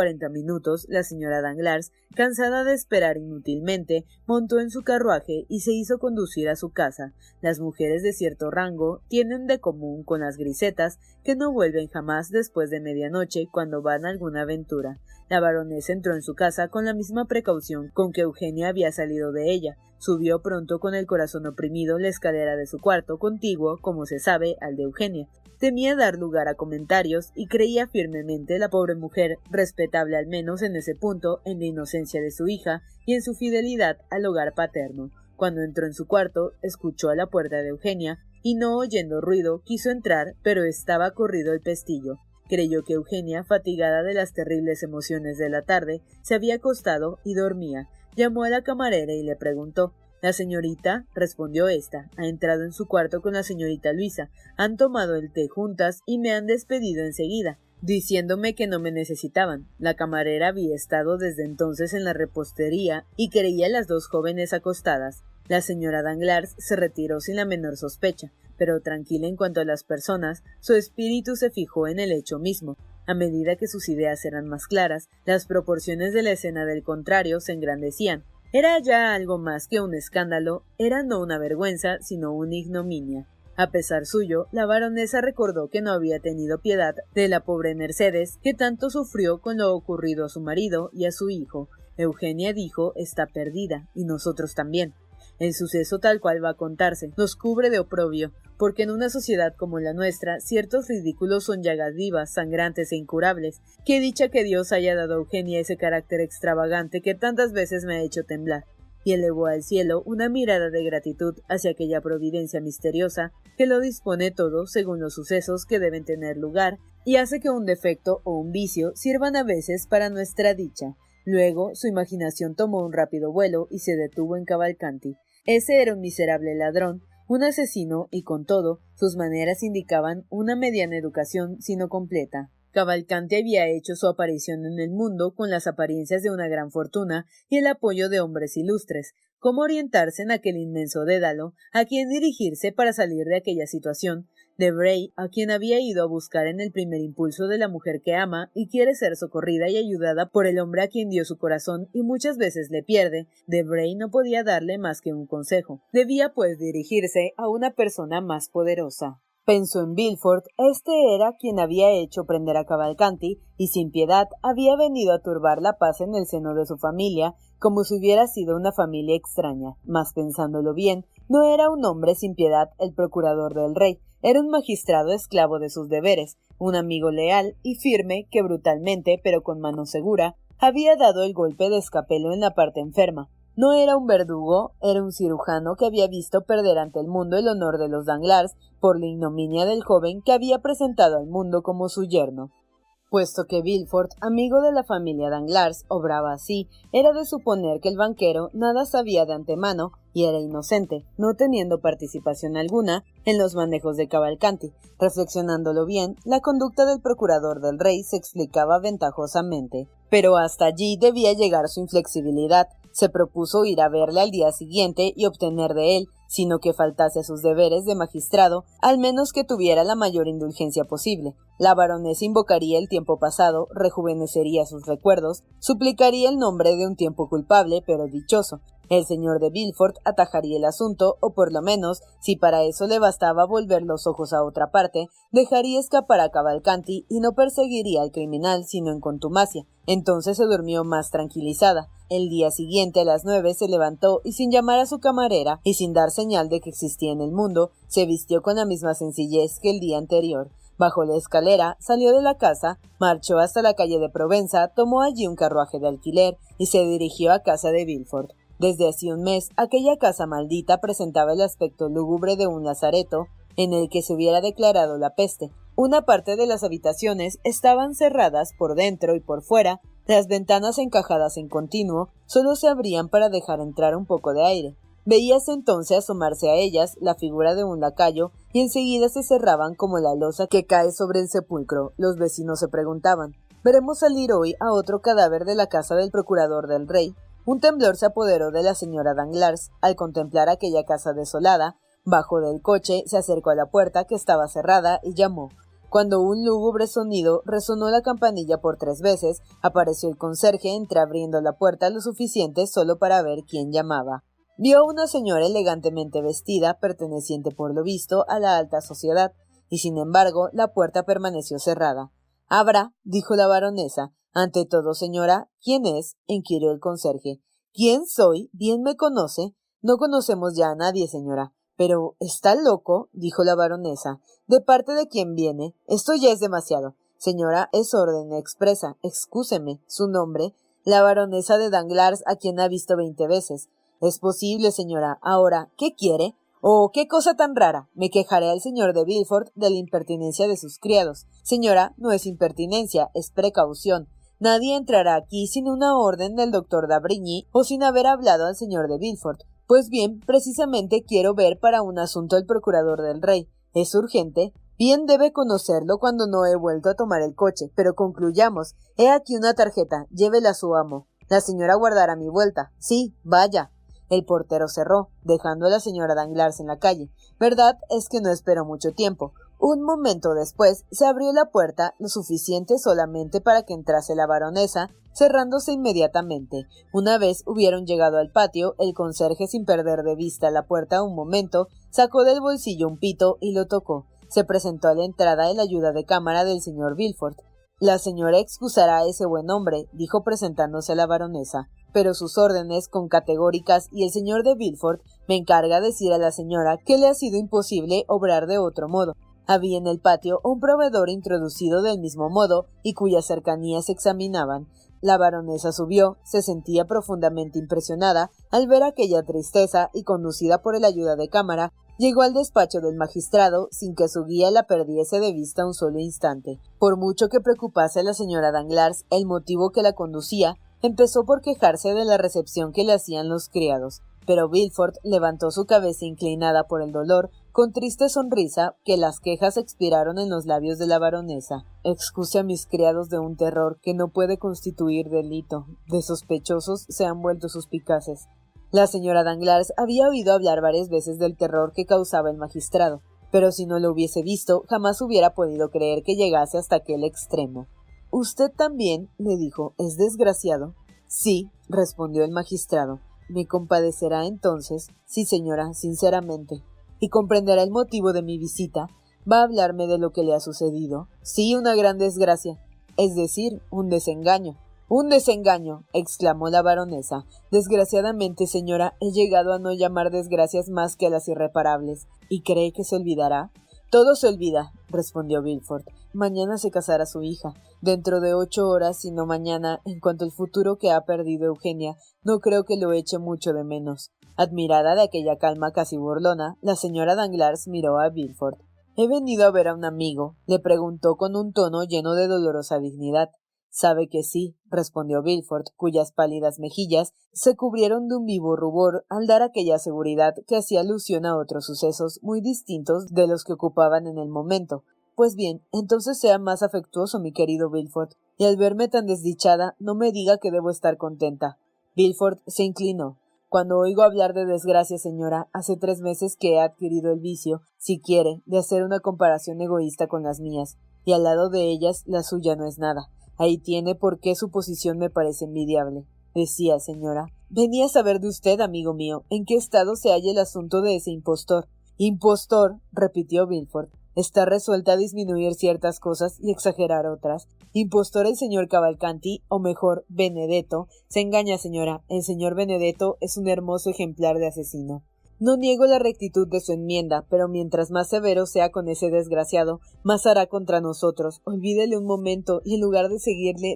11:40 la señora Danglars, cansada de esperar inútilmente, montó en su carruaje y se hizo conducir a su casa. Las mujeres de cierto rango tienen de común con las grisetas que no vuelven jamás después de medianoche cuando van a alguna aventura. La baronesa entró en su casa con la misma precaución con que Eugenia había salido de ella. Subió pronto con el corazón oprimido la escalera de su cuarto, contiguo, como se sabe, al de Eugenia. Temía dar lugar a comentarios y creía firmemente la pobre mujer, respetable al menos en ese punto, en la inocencia de su hija y en su fidelidad al hogar paterno. Cuando entró en su cuarto, escuchó a la puerta de Eugenia y, no oyendo ruido, quiso entrar, pero estaba corrido el pestillo. Creyó que Eugenia, fatigada de las terribles emociones de la tarde, se había acostado y dormía. Llamó a la camarera y le preguntó: La señorita, respondió ésta, ha entrado en su cuarto con la señorita Luisa, han tomado el té juntas y me han despedido enseguida, diciéndome que no me necesitaban. La camarera había estado desde entonces en la repostería y creía a las dos jóvenes acostadas. La señora Danglars se retiró sin la menor sospecha, pero tranquila en cuanto a las personas, su espíritu se fijó en el hecho mismo. A medida que sus ideas eran más claras, las proporciones de la escena del contrario se engrandecían. Era ya algo más que un escándalo, era no una vergüenza, sino una ignominia. A pesar suyo, la baronesa recordó que no había tenido piedad de la pobre Mercedes, que tanto sufrió con lo ocurrido a su marido y a su hijo. Eugenia dijo, está perdida, y nosotros también. El suceso tal cual va a contarse nos cubre de oprobio, porque en una sociedad como la nuestra ciertos ridículos son llagas vivas, sangrantes e incurables. Qué dicha que Dios haya dado a Eugenia ese carácter extravagante que tantas veces me ha hecho temblar, y elevó al cielo una mirada de gratitud hacia aquella providencia misteriosa que lo dispone todo según los sucesos que deben tener lugar y hace que un defecto o un vicio sirvan a veces para nuestra dicha. Luego su imaginación tomó un rápido vuelo y se detuvo en Cavalcanti. Ese era un miserable ladrón, un asesino, y con todo, sus maneras indicaban una mediana educación, sino completa. Cavalcanti había hecho su aparición en el mundo con las apariencias de una gran fortuna y el apoyo de hombres ilustres. ¿Cómo orientarse en aquel inmenso dédalo? ¿A quién dirigirse para salir de aquella situación? Debray, a quien había ido a buscar en el primer impulso de la mujer que ama y quiere ser socorrida y ayudada por el hombre a quien dio su corazón y muchas veces le pierde, Debray no podía darle más que un consejo. Debía, pues, dirigirse a una persona más poderosa. Pensó en Villefort, este era quien había hecho prender a Cavalcanti y sin piedad había venido a turbar la paz en el seno de su familia, como si hubiera sido una familia extraña. Mas pensándolo bien, no era un hombre sin piedad el procurador del rey, era un magistrado esclavo de sus deberes, un amigo leal y firme que brutalmente, pero con mano segura, había dado el golpe de escapelo en la parte enferma. No era un verdugo, era un cirujano que había visto perder ante el mundo el honor de los Danglars por la ignominia del joven que había presentado al mundo como su yerno. Puesto que Villefort, amigo de la familia Danglars, obraba así, era de suponer que el banquero nada sabía de antemano y era inocente, no teniendo participación alguna en los manejos de Cavalcanti. Reflexionándolo bien, la conducta del procurador del rey se explicaba ventajosamente, pero hasta allí debía llegar su inflexibilidad. Se propuso ir a verle al día siguiente y obtener de él, sino que faltase a sus deberes de magistrado, al menos que tuviera la mayor indulgencia posible. La baronesa invocaría el tiempo pasado, rejuvenecería sus recuerdos, suplicaría el nombre de un tiempo culpable pero dichoso. El señor de Villefort atajaría el asunto, o por lo menos, si para eso le bastaba volver los ojos a otra parte, dejaría escapar a Cavalcanti y no perseguiría al criminal sino en contumacia. Entonces se durmió más tranquilizada. El día siguiente a las 9 se levantó y sin llamar a su camarera y sin dar señal de que existía en el mundo, se vistió con la misma sencillez que el día anterior. Bajó la escalera, salió de la casa, marchó hasta la calle de Provenza, tomó allí un carruaje de alquiler y se dirigió a casa de Villefort. Desde hacía un mes, aquella casa maldita presentaba el aspecto lúgubre de un lazareto en el que se hubiera declarado la peste. Una parte de las habitaciones estaban cerradas por dentro y por fuera, las ventanas encajadas en continuo solo se abrían para dejar entrar un poco de aire. Veíase entonces asomarse a ellas la figura de un lacayo y enseguida se cerraban como la losa que cae sobre el sepulcro. Los vecinos se preguntaban, ¿veremos salir hoy a otro cadáver de la casa del procurador del rey? Un temblor se apoderó de la señora Danglars al contemplar aquella casa desolada. Bajó del coche, se acercó a la puerta que estaba cerrada y llamó. Cuando un lúgubre sonido resonó la campanilla por 3 veces, apareció el conserje entreabriendo la puerta lo suficiente solo para ver quién llamaba. Vio a una señora elegantemente vestida, perteneciente por lo visto a la alta sociedad, y sin embargo la puerta permaneció cerrada. «Abra», dijo la baronesa. «Ante todo, señora, ¿quién es?», inquirió el conserje. «¿Quién soy? Bien me conoce». «No conocemos ya a nadie, señora». «Pero, ¿está loco?», dijo la baronesa. «¿De parte de quién viene? Esto ya es demasiado». «Señora, es orden expresa. Excúseme. ¿Su nombre?» «La baronesa de Danglars, a quien ha visto 20 veces». «Es posible, señora. Ahora, ¿qué quiere?» «Oh, qué cosa tan rara. Me quejaré al señor de Villefort de la impertinencia de sus criados». «Señora, no es impertinencia, es precaución. Nadie entrará aquí sin una orden del doctor d'Avrigny o sin haber hablado al señor de Villefort. Pues bien, precisamente quiero ver para un asunto al procurador del rey. Es urgente. Bien debe conocerlo cuando no he vuelto a tomar el coche, pero concluyamos. He aquí una tarjeta, llévela a su amo. La señora guardará mi vuelta. Sí, vaya. El portero cerró, dejando a la señora Danglars en la calle. Verdad es que no esperó mucho tiempo. Un momento después se abrió la puerta lo suficiente solamente para que entrase la baronesa, cerrándose inmediatamente. Una vez hubieron llegado al patio, el conserje, sin perder de vista la puerta un momento, sacó del bolsillo un pito y lo tocó. Se presentó a la entrada el ayuda de cámara del señor Villefort. La señora excusará a ese buen hombre, dijo presentándose a la baronesa, pero sus órdenes son categóricas y el señor de Villefort me encarga decir a la señora que le ha sido imposible obrar de otro modo. Había en el patio un proveedor introducido del mismo modo y cuyas cercanías se examinaban. La baronesa subió, se sentía profundamente impresionada al ver aquella tristeza y, conducida por el ayuda de cámara, llegó al despacho del magistrado sin que su guía la perdiese de vista un solo instante. Por mucho que preocupase a la señora Danglars el motivo que la conducía, empezó por quejarse de la recepción que le hacían los criados, pero Villefort levantó su cabeza inclinada por el dolor, con triste sonrisa, que las quejas expiraron en los labios de la baronesa. Excuse a mis criados de un terror que no puede constituir delito. De sospechosos se han vuelto suspicaces. La señora Danglars había oído hablar varias veces del terror que causaba el magistrado, pero si no lo hubiese visto, jamás hubiera podido creer que llegase hasta aquel extremo. «¿Usted también?» le dijo. «¿Es desgraciado?» «Sí», respondió el magistrado. «¿Me compadecerá entonces?» «Sí, señora, sinceramente». «¿Y comprenderá el motivo de mi visita? ¿Va a hablarme de lo que le ha sucedido?» «Sí, una gran desgracia. Es decir, un desengaño». «¡Un desengaño!», exclamó la baronesa. «Desgraciadamente, señora, he llegado a no llamar desgracias más que a las irreparables. ¿Y cree que se olvidará?» «Todo se olvida», respondió Villefort. «Mañana se casará su hija. Dentro de 8 horas, si no mañana, en cuanto al futuro que ha perdido Eugenia, no creo que lo eche mucho de menos». Admirada de aquella calma casi burlona, la señora Danglars miró a Villefort. «He venido a ver a un amigo», le preguntó con un tono lleno de dolorosa dignidad. «Sabe que sí», respondió Villefort, cuyas pálidas mejillas se cubrieron de un vivo rubor al dar aquella seguridad que hacía alusión a otros sucesos muy distintos de los que ocupaban en el momento. «Pues bien, entonces sea más afectuoso, mi querido Villefort, y al verme tan desdichada, no me diga que debo estar contenta». Villefort se inclinó. «Cuando oigo hablar de desgracia, señora, hace 3 meses que he adquirido el vicio, si quiere, de hacer una comparación egoísta con las mías, y al lado de ellas la suya no es nada. Ahí tiene por qué su posición me parece envidiable. Decía, señora, venía a saber de usted, amigo mío, en qué estado se halla el asunto de ese impostor». «Impostor», repitió Villefort. «Está resuelta a disminuir ciertas cosas y exagerar otras. Impostor el señor Cavalcanti, o mejor, Benedetto. Se engaña, señora. El señor Benedetto es un hermoso ejemplar de asesino. No niego la rectitud de su enmienda, pero mientras más severo sea con ese desgraciado, más hará contra nosotros. Olvídele un momento y en lugar de seguirle,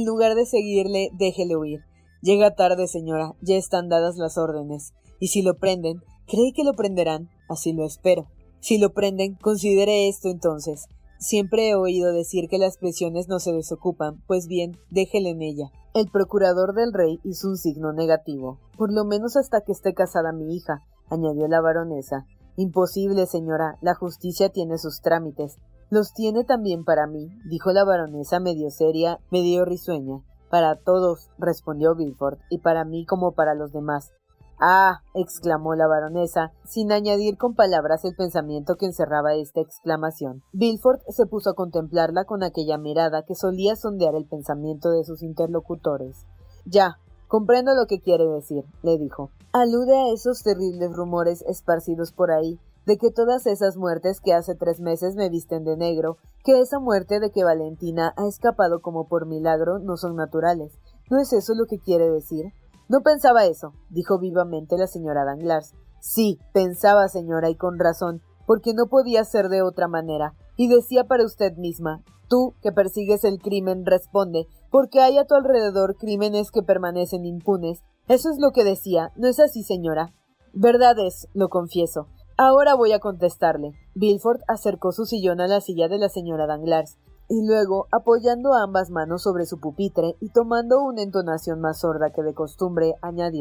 déjele huir. Llega tarde, señora. Ya están dadas las órdenes. Y si lo prenden, ¿cree que lo prenderán? Así lo espero. Si lo prenden, considere esto entonces. Siempre he oído decir que las prisiones no se desocupan, pues bien, déjele en ella». El procurador del rey hizo un signo negativo. «Por lo menos hasta que esté casada mi hija», añadió la baronesa. «Imposible, señora, la justicia tiene sus trámites». «Los tiene también para mí», dijo la baronesa medio seria, medio risueña. «Para todos», respondió Villefort, «y para mí como para los demás». «Ah», exclamó la baronesa, sin añadir con palabras el pensamiento que encerraba esta exclamación. Villefort se puso a contemplarla con aquella mirada que solía sondear el pensamiento de sus interlocutores. «Ya, comprendo lo que quiere decir», le dijo. «Alude a esos terribles rumores esparcidos por ahí, de que todas esas muertes que hace 3 meses me visten de negro, que esa muerte de que Valentina ha escapado como por milagro no son naturales. ¿No es eso lo que quiere decir?» «No pensaba eso», dijo vivamente la señora Danglars. «Sí, pensaba, señora, y con razón, porque no podía ser de otra manera. Y decía para usted misma, tú, que persigues el crimen, responde, porque hay a tu alrededor crímenes que permanecen impunes. Eso es lo que decía, ¿no es así, señora?» «Verdad es, lo confieso. Ahora voy a contestarle». Villefort acercó su sillón a la silla de la señora Danglars, y luego, apoyando ambas manos sobre su pupitre y tomando una entonación más sorda que de costumbre, añadió: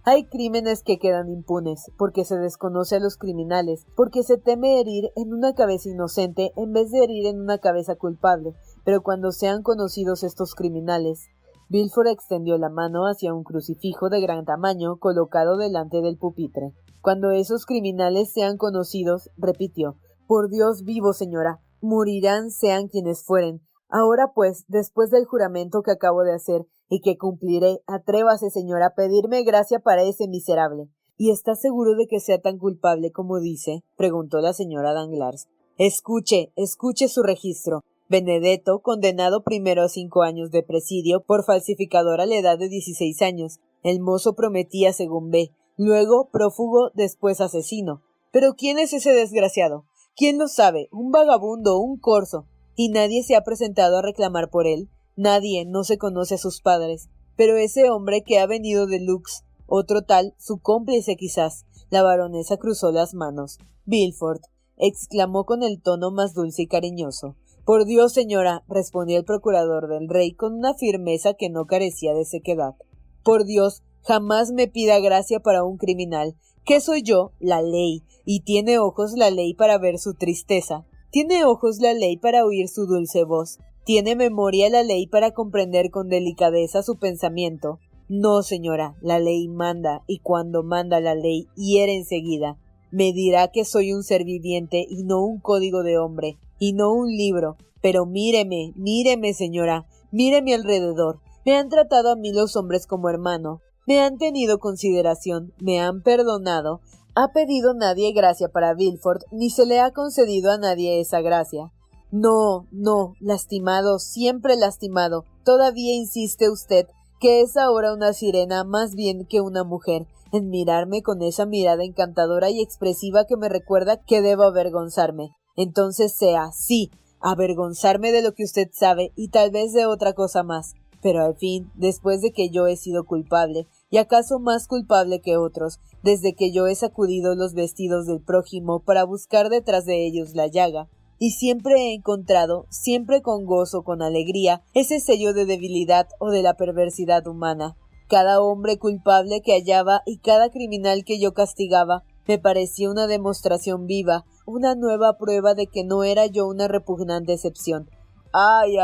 Hay crímenes que quedan impunes, porque se desconoce a los criminales, porque se teme herir en una cabeza inocente en vez de herir en una cabeza culpable, pero cuando sean conocidos estos criminales... Villefort extendió la mano hacia un crucifijo de gran tamaño colocado delante del pupitre. Cuando esos criminales sean conocidos, repitió, por Dios vivo, señora, morirán sean quienes fueren. Ahora pues, después del juramento que acabo de hacer y que cumpliré, atrévase, señora, a pedirme gracia para ese miserable. ¿Y está seguro de que sea tan culpable como dice? Preguntó la señora Danglars. Escuche su registro. Benedetto, condenado primero a 5 años de presidio por falsificador a la edad de 16 años. El mozo prometía según ve. Luego prófugo, después asesino. ¿Pero quién es ese desgraciado? ¿Quién lo sabe? Un vagabundo, un corso. ¿Y nadie se ha presentado a reclamar por él? Nadie, no se conoce a sus padres. Pero ese hombre que ha venido de Lux, otro tal, su cómplice quizás. La baronesa cruzó las manos. Villefort, exclamó con el tono más dulce y cariñoso. Por Dios, señora, respondió el procurador del rey con una firmeza que no carecía de sequedad. Por Dios, jamás me pida gracia para un criminal. ¿Qué soy yo? La ley. Y tiene ojos la ley para ver su tristeza. Tiene ojos la ley para oír su dulce voz. Tiene memoria la ley para comprender con delicadeza su pensamiento. No, señora, la ley manda, y cuando manda la ley, hiere enseguida. Me dirá que soy un ser viviente y no un código de hombre, y no un libro. Pero míreme, señora, mire mi alrededor. Me han tratado a mí los hombres como hermano. Me han tenido consideración, me han perdonado. ¿Ha pedido nadie gracia para Villefort, ni se le ha concedido a nadie esa gracia? No, lastimado, siempre lastimado. Todavía insiste usted que es ahora una sirena más bien que una mujer, en mirarme con esa mirada encantadora y expresiva que me recuerda que debo avergonzarme. Entonces sea, sí, avergonzarme de lo que usted sabe y tal vez de otra cosa más. Pero al fin, después de que yo he sido culpable, y acaso más culpable que otros, desde que yo he sacudido los vestidos del prójimo para buscar detrás de ellos la llaga, y siempre he encontrado, siempre con gozo, con alegría, ese sello de debilidad o de la perversidad humana. Cada hombre culpable que hallaba y cada criminal que yo castigaba me parecía una demostración viva, una nueva prueba de que no era yo una repugnante excepción. ¡Ay!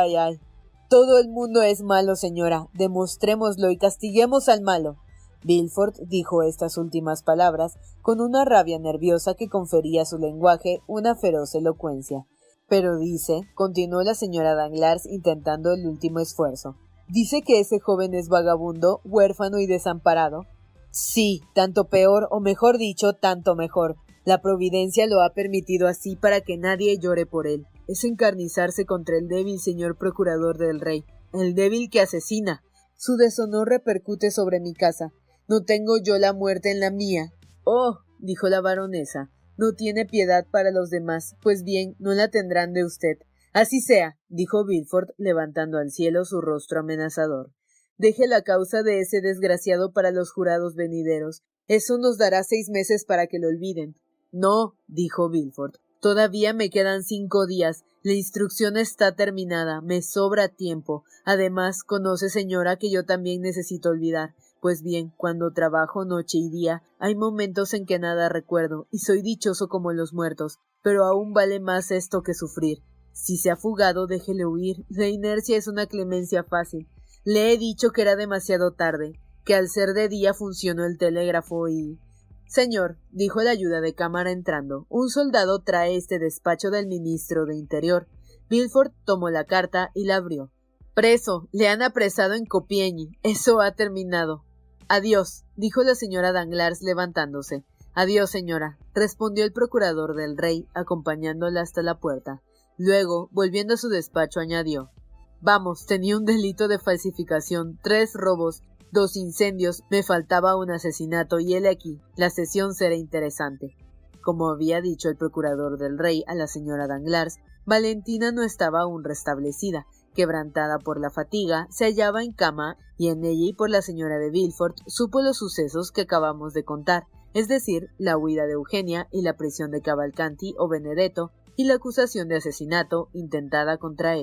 Todo el mundo es malo, señora. Demostrémoslo y castiguemos al malo. Villefort dijo estas últimas palabras con una rabia nerviosa que confería a su lenguaje una feroz elocuencia. Pero dice, continuó la señora Danglars intentando el último esfuerzo, ¿dice que ese joven es vagabundo, huérfano y desamparado? Sí, tanto peor, o mejor dicho, tanto mejor. La providencia lo ha permitido así para que nadie llore por él. Es encarnizarse contra el débil señor procurador del rey, el débil que asesina. Su deshonor repercute sobre mi casa. ¿No tengo yo la muerte en la mía? Oh, dijo la baronesa, no tiene piedad para los demás, pues bien, no la tendrán de usted. Así sea, dijo Villefort, levantando al cielo su rostro amenazador. Deje la causa de ese desgraciado para los jurados venideros. Eso nos dará 6 meses para que lo olviden. No, dijo Villefort, todavía me quedan 5 días. La instrucción está terminada, me sobra tiempo. Además, conoce, señora, que yo también necesito olvidar. Pues bien, cuando trabajo noche y día, hay momentos en que nada recuerdo, y soy dichoso como los muertos, pero aún vale más esto que sufrir. Si se ha fugado, déjele huir. La inercia es una clemencia fácil. Le he dicho que era demasiado tarde, que al ser de día funcionó el telégrafo y... Señor, dijo el ayuda de cámara entrando, un soldado trae este despacho del ministro de Interior. Villefort tomó la carta y la abrió. Preso, le han apresado en Compiègne. Eso ha terminado. Adiós, dijo la señora Danglars levantándose. Adiós, señora, respondió el procurador del rey, acompañándola hasta la puerta. Luego, volviendo a su despacho, añadió. Vamos, tenía un delito de falsificación, 3 robos, 2 incendios, me faltaba un asesinato y hele aquí, la sesión será interesante. Como había dicho el procurador del rey a la señora Danglars, Valentina no estaba aún restablecida. Quebrantada por la fatiga, se hallaba en cama y en ella y por la señora de Villefort supo los sucesos que acabamos de contar, es decir, la huida de Eugenia y la prisión de Cavalcanti o Benedetto y la acusación de asesinato intentada contra él.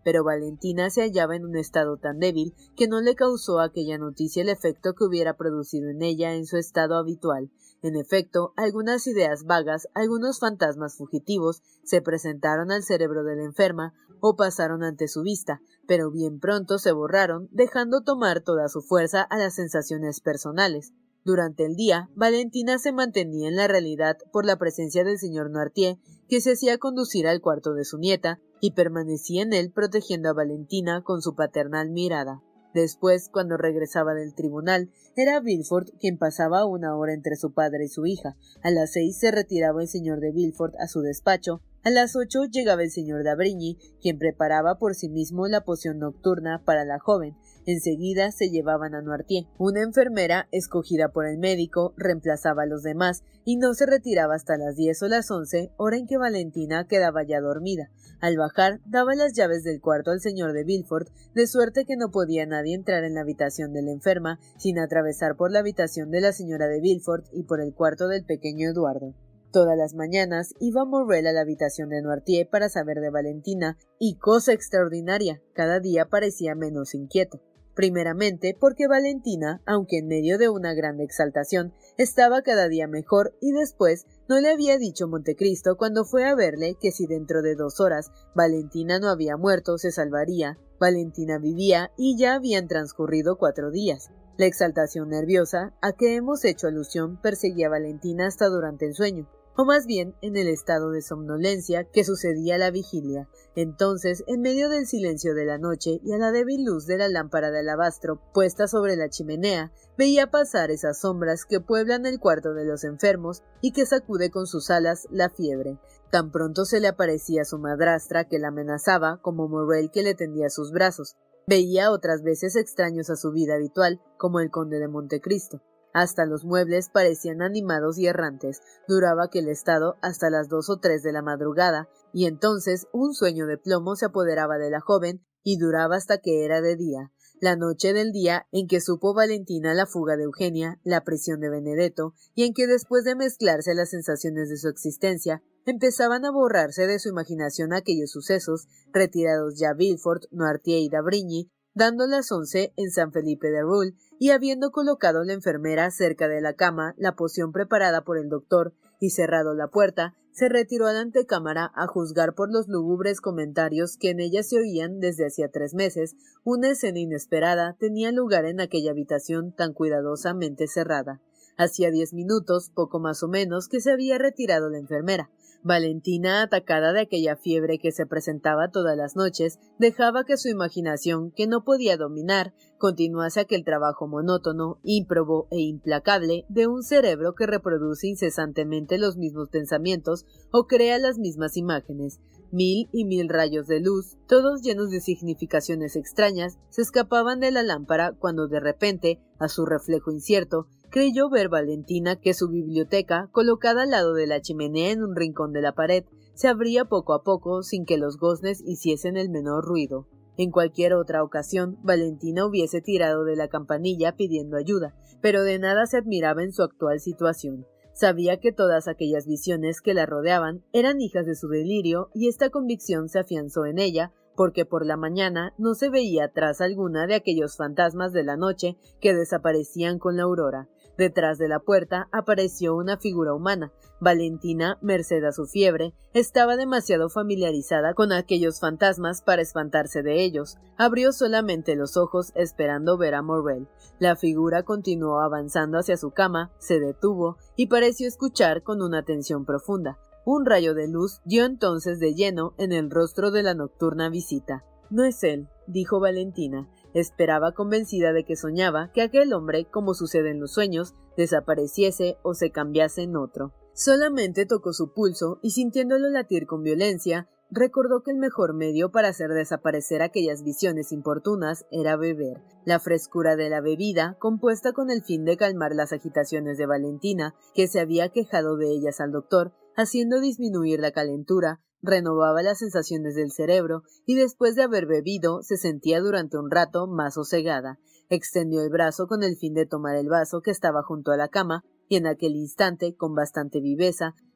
pero Valentina se hallaba en un estado tan débil que no le causó aquella noticia el efecto que hubiera producido en ella en su estado habitual. En efecto, algunas ideas vagas, algunos fantasmas fugitivos, se presentaron al cerebro de la enferma o pasaron ante su vista, pero bien pronto se borraron, dejando tomar toda su fuerza a las sensaciones personales. Durante el día, Valentina se mantenía en la realidad por la presencia del señor Noirtier, que se hacía conducir al cuarto de su nieta, y permanecía en él protegiendo a Valentina con su paternal mirada. Después, cuando regresaba del tribunal, era Villefort quien pasaba una hora entre su padre y su hija. A las 6 se retiraba el señor de Villefort a su despacho. A las 8 llegaba el señor d'Avrigny, quien preparaba por sí mismo la poción nocturna para la joven. Enseguida se llevaban a Noirtier. Una enfermera, escogida por el médico, reemplazaba a los demás y no se retiraba hasta las 10 o las 11, hora en que Valentina quedaba ya dormida. Al bajar, daba las llaves del cuarto al señor de Villefort, de suerte que no podía nadie entrar en la habitación de la enferma sin atravesar por la habitación de la señora de Villefort y por el cuarto del pequeño Eduardo. Todas las mañanas iba Morrel a la habitación de Noirtier para saber de Valentina, y cosa extraordinaria, cada día parecía menos inquieto. Primeramente porque Valentina, aunque en medio de una grande exaltación, estaba cada día mejor, y después no le había dicho Montecristo cuando fue a verle que si dentro de 2 horas Valentina no había muerto, se salvaría. Valentina vivía y ya habían transcurrido 4 días. La exaltación nerviosa a que hemos hecho alusión perseguía a Valentina hasta durante el sueño, o más bien en el estado de somnolencia que sucedía a la vigilia. Entonces, en medio del silencio de la noche y a la débil luz de la lámpara de alabastro puesta sobre la chimenea, veía pasar esas sombras que pueblan el cuarto de los enfermos y que sacude con sus alas la fiebre. Tan pronto se le aparecía su madrastra que la amenazaba como Morrel que le tendía sus brazos. Veía otras veces extraños a su vida habitual, como el conde de Montecristo. Hasta los muebles parecían animados y errantes. Duraba aquel estado hasta las 2 o 3 de la madrugada, y entonces un sueño de plomo se apoderaba de la joven y duraba hasta que era de día. La noche del día en que supo Valentina la fuga de Eugenia, la prisión de Benedetto, y en que después de mezclarse las sensaciones de su existencia, empezaban a borrarse de su imaginación aquellos sucesos, retirados ya Villefort, Noirtier y d'Avrigny, dando las 11 en San Felipe de Roule, y habiendo colocado la enfermera cerca de la cama la poción preparada por el doctor y cerrado la puerta, se retiró a la antecámara a juzgar por los lúgubres comentarios que en ella se oían desde hacía 3 meses. Una escena inesperada tenía lugar en aquella habitación tan cuidadosamente cerrada. Hacía 10 minutos, poco más o menos, que se había retirado la enfermera. Valentina, atacada de aquella fiebre que se presentaba todas las noches, dejaba que su imaginación, que no podía dominar, continuase aquel trabajo monótono, ímprobo e implacable de un cerebro que reproduce incesantemente los mismos pensamientos o crea las mismas imágenes. 1000 y 1000 rayos de luz, todos llenos de significaciones extrañas, se escapaban de la lámpara cuando de repente, a su reflejo incierto, creyó ver Valentina que su biblioteca, colocada al lado de la chimenea en un rincón de la pared, se abría poco a poco sin que los goznes hiciesen el menor ruido. En cualquier otra ocasión, Valentina hubiese tirado de la campanilla pidiendo ayuda, pero de nada se admiraba en su actual situación. Sabía que todas aquellas visiones que la rodeaban eran hijas de su delirio, y esta convicción se afianzó en ella, porque por la mañana no se veía traza alguna de aquellos fantasmas de la noche que desaparecían con la aurora. Detrás de la puerta apareció una figura humana. Valentina, merced a su fiebre, estaba demasiado familiarizada con aquellos fantasmas para espantarse de ellos. Abrió solamente los ojos esperando ver a Morrel. La figura continuó avanzando hacia su cama, se detuvo y pareció escuchar con una atención profunda. Un rayo de luz dio entonces de lleno en el rostro de la nocturna visita. «No es él», dijo Valentina. Esperaba, convencida de que soñaba, que aquel hombre, como sucede en los sueños, desapareciese o se cambiase en otro. Solamente tocó su pulso y, sintiéndolo latir con violencia, recordó que el mejor medio para hacer desaparecer aquellas visiones importunas era beber. La frescura de la bebida, compuesta con el fin de calmar las agitaciones de Valentina, que se había quejado de ellas al doctor, haciendo disminuir la calentura, renovaba las sensaciones del cerebro y después de haber bebido se sentía durante un rato más sosegada. Extendió el brazo con el fin de tomar el vaso que estaba junto a la cama y en aquel instante, con bastante viveza,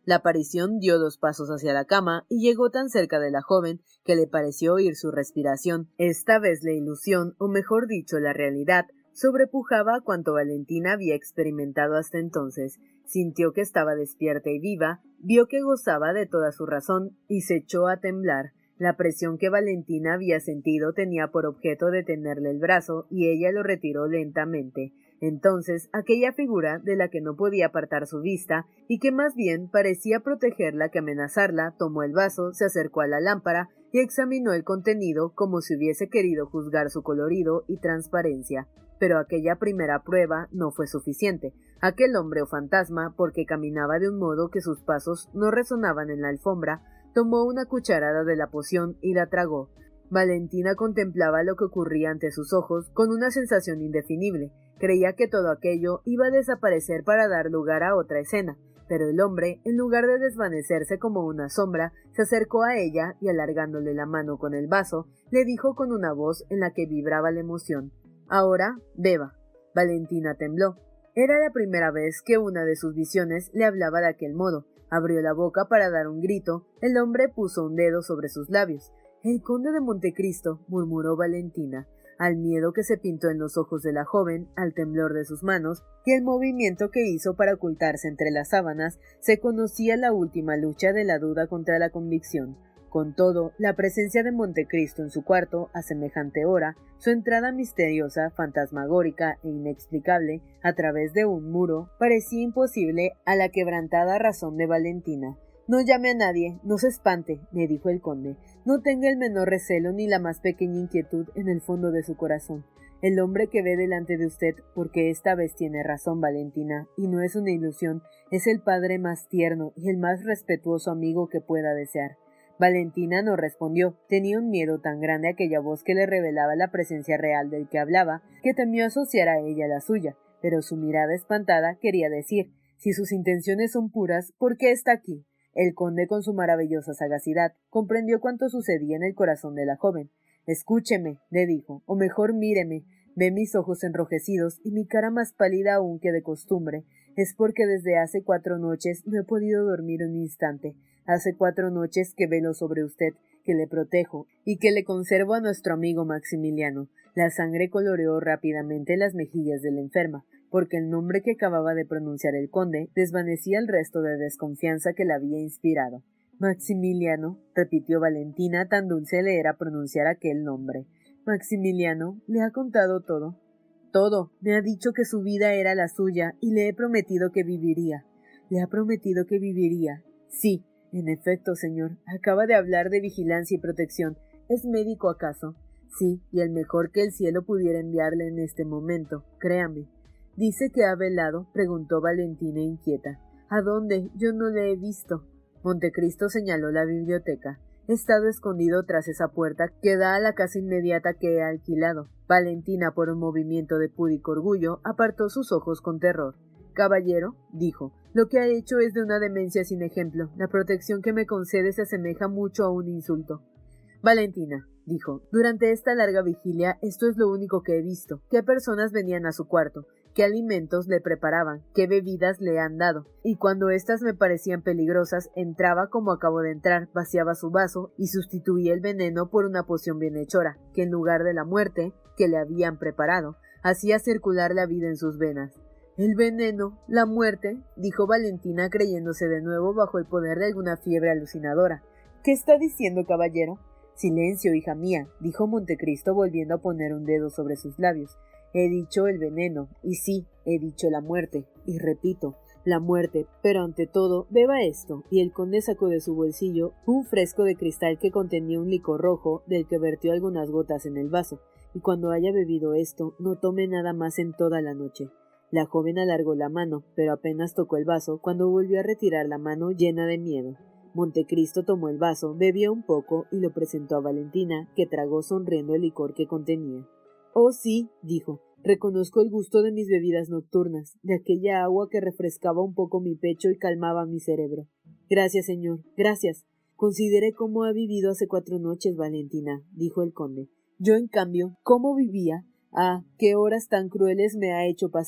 La aparición dio 2 pasos hacia la cama y llegó tan cerca de la joven que le pareció oír su respiración. Esta vez la ilusión, o mejor dicho la realidad, sobrepujaba cuanto Valentina había experimentado hasta entonces. Sintió que estaba despierta y viva, vio que gozaba de toda su razón y se echó a temblar. La presión que Valentina había sentido tenía por objeto detenerle el brazo y ella lo retiró lentamente. Entonces, aquella figura de la que no podía apartar su vista y que más bien parecía protegerla que amenazarla, tomó el vaso, se acercó a la lámpara y examinó el contenido como si hubiese querido juzgar su colorido y transparencia. Pero aquella primera prueba no fue suficiente. Aquel hombre o fantasma, porque caminaba de un modo que sus pasos no resonaban en la alfombra, tomó una cucharada de la poción y la tragó. Valentina contemplaba lo que ocurría ante sus ojos con una sensación indefinible. Creía que todo aquello iba a desaparecer para dar lugar a otra escena, pero el hombre, en lugar de desvanecerse como una sombra, se acercó a ella y, alargándole la mano con el vaso, le dijo con una voz en la que vibraba la emoción: «Ahora, beba». Valentina tembló. Era la primera vez que una de sus visiones le hablaba de aquel modo. Abrió la boca para dar un grito. El hombre puso un dedo sobre sus labios. «El conde de Montecristo», murmuró Valentina. Al miedo que se pintó en los ojos de la joven, al temblor de sus manos y el movimiento que hizo para ocultarse entre las sábanas, se conocía la última lucha de la duda contra la convicción. Con todo, la presencia de Montecristo en su cuarto, a semejante hora, su entrada misteriosa, fantasmagórica e inexplicable, a través de un muro, parecía imposible a la quebrantada razón de Valentina. «No llame a nadie, no se espante», le dijo el conde. «No tenga el menor recelo ni la más pequeña inquietud en el fondo de su corazón. El hombre que ve delante de usted, porque esta vez tiene razón Valentina, y no es una ilusión, es el padre más tierno y el más respetuoso amigo que pueda desear». Valentina no respondió. Tenía un miedo tan grande a aquella voz que le revelaba la presencia real del que hablaba, que temió asociar a ella la suya, pero su mirada espantada quería decir: «Si sus intenciones son puras, ¿por qué está aquí?». El conde, con su maravillosa sagacidad, comprendió cuánto sucedía en el corazón de la joven. «Escúcheme», le dijo, «o mejor míreme. Ve mis ojos enrojecidos y mi cara más pálida aún que de costumbre. Es porque desde hace 4 noches no he podido dormir un instante. Hace 4 noches que velo sobre usted, que le protejo y que le conservo a nuestro amigo Maximiliano». La sangre coloreó rápidamente las mejillas de la enferma, porque el nombre que acababa de pronunciar el conde desvanecía el resto de desconfianza que la había inspirado. «Maximiliano», repitió Valentina, tan dulce le era pronunciar aquel nombre. «Maximiliano, ¿le ha contado todo?» «Todo. Me ha dicho que su vida era la suya y le he prometido que viviría». «¿Le ha prometido que viviría?» «Sí, en efecto, señor. Acaba de hablar de vigilancia y protección. ¿Es médico acaso?» «Sí, y el mejor que el cielo pudiera enviarle en este momento, créame». «¿Dice que ha velado?», preguntó Valentina inquieta. «¿A dónde? Yo no le he visto». Montecristo señaló la biblioteca. «He estado escondido tras esa puerta que da a la casa inmediata que he alquilado». Valentina, por un movimiento de púdico orgullo, apartó sus ojos con terror. «Caballero», dijo, «lo que ha hecho es de una demencia sin ejemplo. La protección que me concede se asemeja mucho a un insulto». «Valentina», dijo, «durante esta larga vigilia esto es lo único que he visto. ¿Qué personas venían a su cuarto? ¿Qué alimentos le preparaban? ¿Qué bebidas le han dado? Y cuando éstas me parecían peligrosas, entraba como acabo de entrar, vaciaba su vaso y sustituía el veneno por una poción bienhechora, que en lugar de la muerte, que le habían preparado, hacía circular la vida en sus venas». «¿El veneno? ¿La muerte?», dijo Valentina, creyéndose de nuevo bajo el poder de alguna fiebre alucinadora. «¿Qué está diciendo, caballero?». «Silencio, hija mía», dijo Montecristo, volviendo a poner un dedo sobre sus labios. «He dicho el veneno, y sí, he dicho la muerte, y repito, la muerte, pero ante todo, beba esto», y el conde sacó de su bolsillo un fresco de cristal que contenía un licor rojo, del que vertió algunas gotas en el vaso, «y cuando haya bebido esto, no tome nada más en toda la noche». La joven alargó la mano, pero apenas tocó el vaso cuando volvió a retirar la mano llena de miedo. Montecristo tomó el vaso, bebió un poco y lo presentó a Valentina, que tragó sonriendo el licor que contenía. «Oh sí», dijo, «reconozco el gusto de mis bebidas nocturnas, de aquella agua que refrescaba un poco mi pecho y calmaba mi cerebro». «Gracias, señor, gracias. Considere cómo ha vivido hace 4 noches, Valentina», dijo el conde. «Yo, en cambio, ¿cómo vivía? Ah, qué horas tan crueles me ha hecho pasar,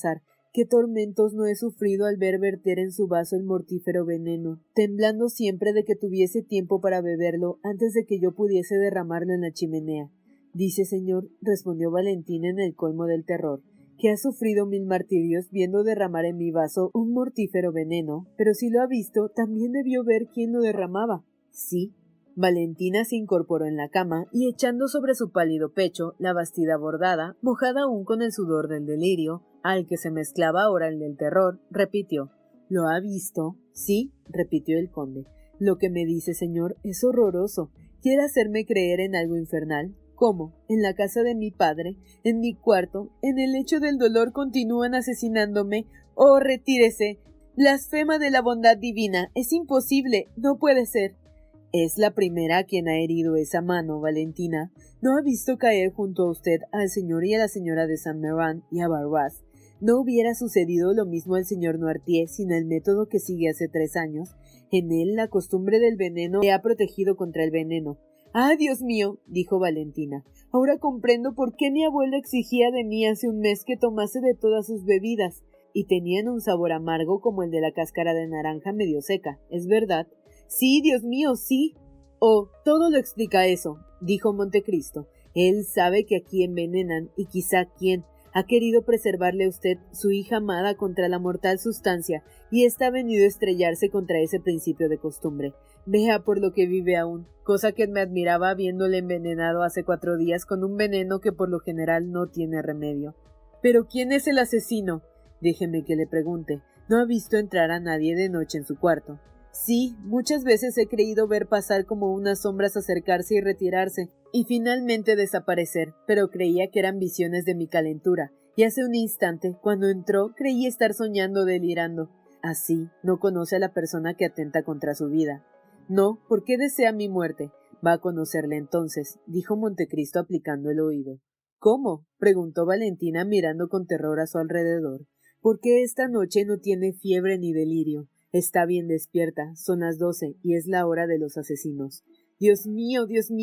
qué tormentos no he sufrido al ver verter en su vaso el mortífero veneno, temblando siempre de que tuviese tiempo para beberlo antes de que yo pudiese derramarlo en la chimenea. Dice, señor, respondió Valentina en el colmo del terror, que ha sufrido 1000 martirios viendo derramar en mi vaso un mortífero veneno, pero si lo ha visto, también debió ver quién lo derramaba. Sí. Valentina se incorporó en la cama y echando sobre su pálido pecho la bastida bordada, mojada aún con el sudor del delirio, al que se mezclaba ahora el del terror, repitió. ¿Lo ha visto? Sí, repitió el conde. Lo que me dice, señor, es horroroso. ¿Quiere hacerme creer en algo infernal? ¿Cómo? En la casa de mi padre, en mi cuarto, en el lecho del dolor continúan asesinándome. ¡Oh, retírese! Blasfema de la bondad divina. Es imposible. No puede ser. Es la primera a quien ha herido esa mano, Valentina. ¿No ha visto caer junto a usted al señor y a la señora de Saint-Méran y a Barras? ¿No hubiera sucedido lo mismo al señor Noirtier sin el método que sigue hace 3 años? En él la costumbre del veneno le ha protegido contra el veneno. ¡Ah, Dios mío! Dijo Valentina. Ahora comprendo por qué mi abuelo exigía de mí hace un mes que tomase de todas sus bebidas. Y tenían un sabor amargo como el de la cáscara de naranja medio seca, ¿es verdad? Sí, Dios mío, sí. Oh, todo lo explica eso, dijo Montecristo. Él sabe que aquí envenenan, y quizá quién ha querido preservarle a usted su hija amada contra la mortal sustancia, y ésta ha venido a estrellarse contra ese principio de costumbre. Vea por lo que vive aún, cosa que me admiraba habiéndole envenenado hace 4 días con un veneno que por lo general no tiene remedio. ¿Pero quién es el asesino? Déjeme que le pregunte. ¿No ha visto entrar a nadie de noche en su cuarto? Sí, muchas veces he creído ver pasar como unas sombras acercarse y retirarse, y finalmente desaparecer, pero creía que eran visiones de mi calentura, y hace un instante, cuando entró, creí estar soñando delirando. Así, no conoce a la persona que atenta contra su vida. No, ¿por qué desea mi muerte? Va a conocerle entonces, dijo Montecristo aplicando el oído. ¿Cómo? Preguntó Valentina mirando con terror a su alrededor. Porque esta noche no tiene fiebre ni delirio. Está bien despierta, son las 12 y es la hora de los asesinos. Dios mío,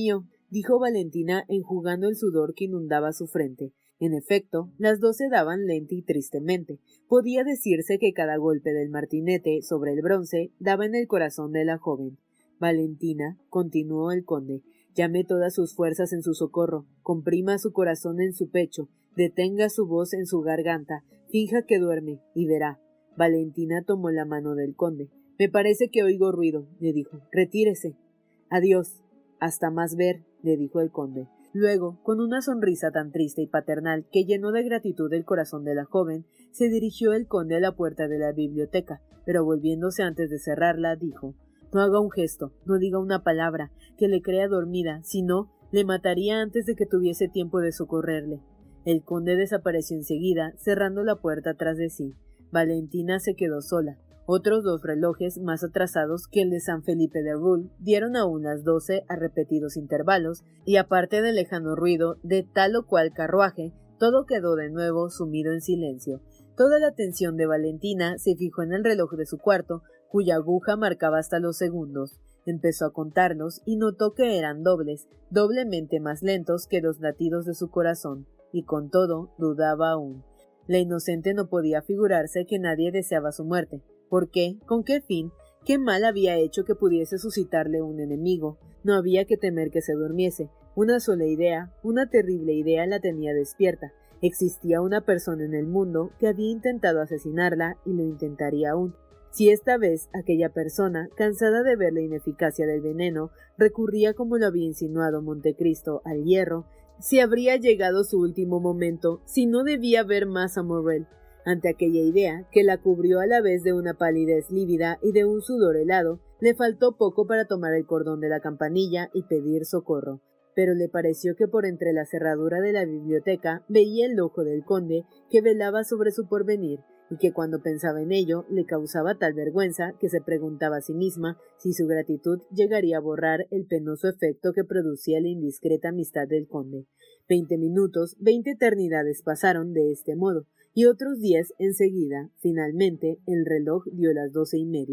dijo Valentina enjugando el sudor que inundaba su frente. En efecto, las 12 daban lenta y tristemente. Podía decirse que cada golpe del martinete sobre el bronce daba en el corazón de la joven. Valentina, continuó el conde, llame todas sus fuerzas en su socorro, comprima su corazón en su pecho, detenga su voz en su garganta, finja que duerme, y verá. Valentina tomó la mano del conde. Me parece que oigo ruido, le dijo. Retírese. Adiós. Hasta más ver, le dijo el conde. Luego, con una sonrisa tan triste y paternal que llenó de gratitud el corazón de la joven, se dirigió el conde a la puerta de la biblioteca, pero volviéndose antes de cerrarla, dijo: No haga un gesto, no diga una palabra, que le crea dormida, si no, le mataría antes de que tuviese tiempo de socorrerle. El conde desapareció enseguida, cerrando la puerta tras de sí. Valentina se quedó sola. Otros 2 relojes, más atrasados que el de San Felipe de Roule, dieron aún las 12 a repetidos intervalos, y aparte del lejano ruido de tal o cual carruaje, todo quedó de nuevo sumido en silencio. Toda la atención de Valentina se fijó en el reloj de su cuarto, cuya aguja marcaba hasta los segundos. Empezó a contarlos y notó que eran dobles, doblemente más lentos que los latidos de su corazón, y con todo dudaba aún. La inocente no podía figurarse que nadie deseaba su muerte. ¿Por qué? ¿Con qué fin? ¿Qué mal había hecho que pudiese suscitarle un enemigo? No había que temer que se durmiese. Una sola idea, una terrible idea la tenía despierta. Existía una persona en el mundo que había intentado asesinarla y lo intentaría aún. Si esta vez aquella persona, cansada de ver la ineficacia del veneno, recurría como lo había insinuado Montecristo al hierro, si habría llegado su último momento, si no debía ver más a Morrel. Ante aquella idea, que la cubrió a la vez de una palidez lívida y de un sudor helado, le faltó poco para tomar el cordón de la campanilla y pedir socorro. Pero le pareció que por entre la cerradura de la biblioteca veía el ojo del conde que velaba sobre su porvenir, y que cuando pensaba en ello le causaba tal vergüenza que se preguntaba a sí misma si su gratitud llegaría a borrar el penoso efecto que producía la indiscreta amistad del conde. 20 minutos, 20 eternidades pasaron de este modo, y otros 10 enseguida. Finalmente, el reloj dio las 12:30.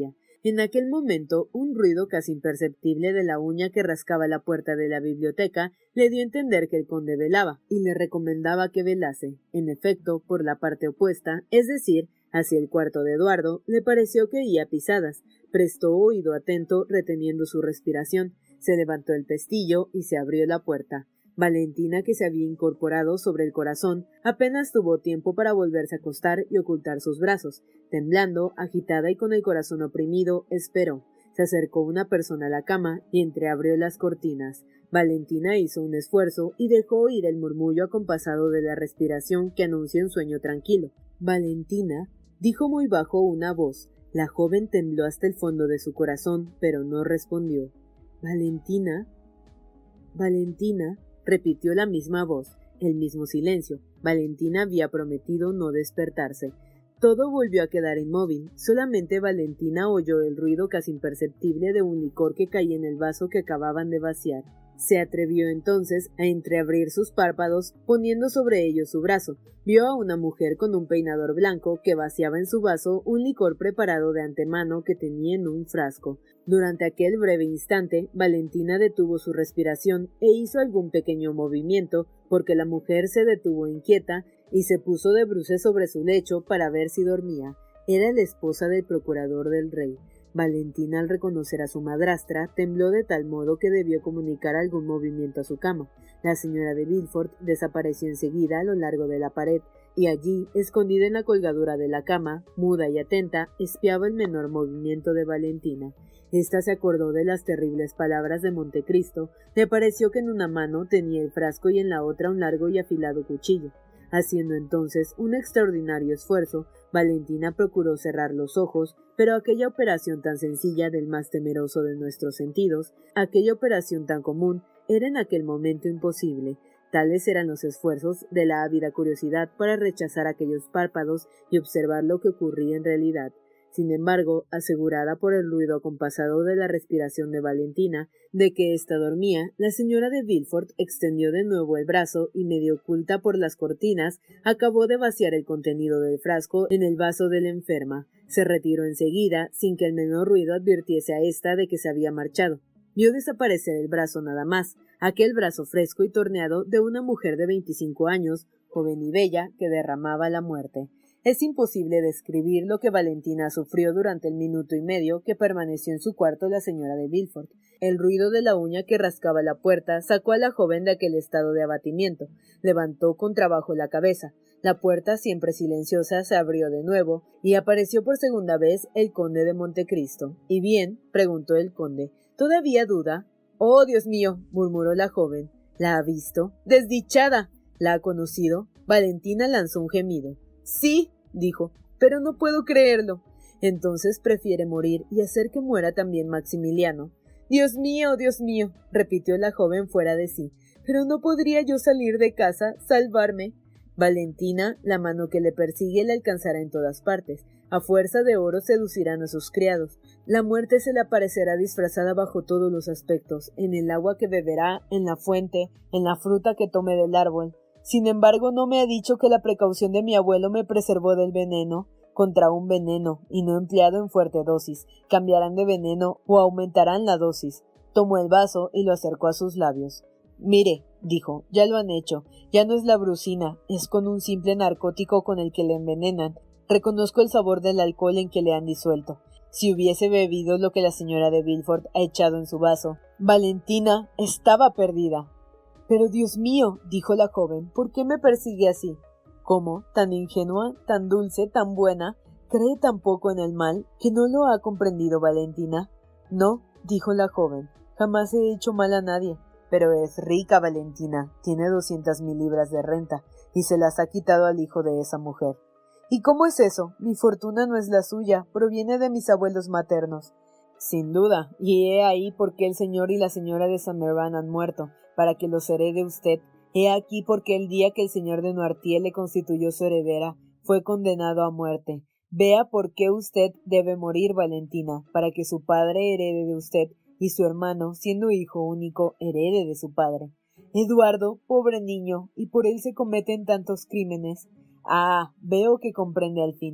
En aquel momento, un ruido casi imperceptible de la uña que rascaba la puerta de la biblioteca le dio a entender que el conde velaba, y le recomendaba que velase. En efecto, por la parte opuesta, es decir, hacia el cuarto de Eduardo, le pareció que oía pisadas. Prestó oído atento, reteniendo su respiración. Se levantó el pestillo y se abrió la puerta. Valentina, que se había incorporado sobre el corazón, apenas tuvo tiempo para volverse a acostar y ocultar sus brazos. Temblando, agitada y con el corazón oprimido, esperó. Se acercó una persona a la cama y entreabrió las cortinas. Valentina hizo un esfuerzo y dejó oír el murmullo acompasado de la respiración que anunció un sueño tranquilo. Valentina, dijo muy bajo una voz. La joven tembló hasta el fondo de su corazón, pero no respondió. Valentina, Valentina, repitió la misma voz, el mismo silencio. Valentina había prometido no despertarse. Todo volvió a quedar inmóvil. Solamente Valentina oyó el ruido casi imperceptible de un licor que caía en el vaso que acababan de vaciar. Se atrevió entonces a entreabrir sus párpados, poniendo sobre ellos su brazo. Vio a una mujer con un peinador blanco que vaciaba en su vaso un licor preparado de antemano que tenía en un frasco. Durante aquel breve instante, Valentina detuvo su respiración e hizo algún pequeño movimiento, porque la mujer se detuvo inquieta y se puso de bruces sobre su lecho para ver si dormía. Era la esposa del procurador del rey. Valentina, al reconocer a su madrastra, tembló de tal modo que debió comunicar algún movimiento a su cama. La señora de Villefort desapareció enseguida a lo largo de la pared, y allí, escondida en la colgadura de la cama, muda y atenta, espiaba el menor movimiento de Valentina. Esta se acordó de las terribles palabras de Montecristo. Le pareció que en una mano tenía el frasco y en la otra un largo y afilado cuchillo. Haciendo entonces un extraordinario esfuerzo, Valentina procuró cerrar los ojos, pero aquella operación tan sencilla del más temeroso de nuestros sentidos, aquella operación tan común, era en aquel momento imposible. Tales eran los esfuerzos de la ávida curiosidad para rechazar aquellos párpados y observar lo que ocurría en realidad. Sin embargo, asegurada por el ruido acompasado de la respiración de Valentina, de que ésta dormía, la señora de Villefort extendió de nuevo el brazo y, medio oculta por las cortinas, acabó de vaciar el contenido del frasco en el vaso de la enferma. Se retiró enseguida, sin que el menor ruido advirtiese a ésta de que se había marchado. Vio desaparecer el brazo nada más, aquel brazo fresco y torneado de una mujer de 25 años, joven y bella, que derramaba la muerte. Es imposible describir lo que Valentina sufrió durante el minuto y medio que permaneció en su cuarto la señora de Villefort. El ruido de la uña que rascaba la puerta sacó a la joven de aquel estado de abatimiento. Levantó con trabajo la cabeza. La puerta, siempre silenciosa, se abrió de nuevo, y apareció por segunda vez el conde de Montecristo. —¿Y bien? —preguntó el conde. —¿Todavía duda? —¡Oh, Dios mío! —murmuró la joven. —¿La ha visto? —¡Desdichada! —¿La ha conocido? Valentina lanzó un gemido. —Sí —dijo—, pero no puedo creerlo. —Entonces prefiere morir y hacer que muera también Maximiliano. Dios mío, repitió la joven fuera de sí. —Pero no podría yo salir de casa, salvarme. Valentina, la mano que le persigue, le alcanzará en todas partes. A fuerza de oro seducirán a sus criados. La muerte se le aparecerá disfrazada bajo todos los aspectos, en el agua que beberá, en la fuente, en la fruta que tome del árbol. Sin embargo, no me ha dicho que la precaución de mi abuelo me preservó del veneno. Contra un veneno, y no empleado en fuerte dosis, cambiarán de veneno o aumentarán la dosis. Tomó el vaso y lo acercó a sus labios. —Mire —dijo—, ya lo han hecho. Ya no es la brucina, es con un simple narcótico con el que le envenenan. Reconozco el sabor del alcohol en que le han disuelto. Si hubiese bebido lo que la señora de Villefort ha echado en su vaso. Valentina estaba perdida. —Pero Dios mío —dijo la joven—, ¿por qué me persigue así? ¿Cómo? ¿Tan ingenua, tan dulce, tan buena? ¿Cree tan poco en el mal que no lo ha comprendido Valentina? —No —dijo la joven—, jamás he hecho mal a nadie. Pero es rica Valentina, tiene 200.000 libras de renta, y se las ha quitado al hijo de esa mujer. —¿Y cómo es eso? Mi fortuna no es la suya, proviene de mis abuelos maternos. —Sin duda, y he ahí por qué el señor y la señora de Saint Méran han muerto, para que los herede usted. He aquí por qué el día que el señor de Noirtier le constituyó su heredera, fue condenado a muerte. Vea por qué usted debe morir, Valentina, para que su padre herede de usted, y su hermano, siendo hijo único, herede de su padre. Eduardo, pobre niño, y por él se cometen tantos crímenes. Ah, veo que comprende al fin.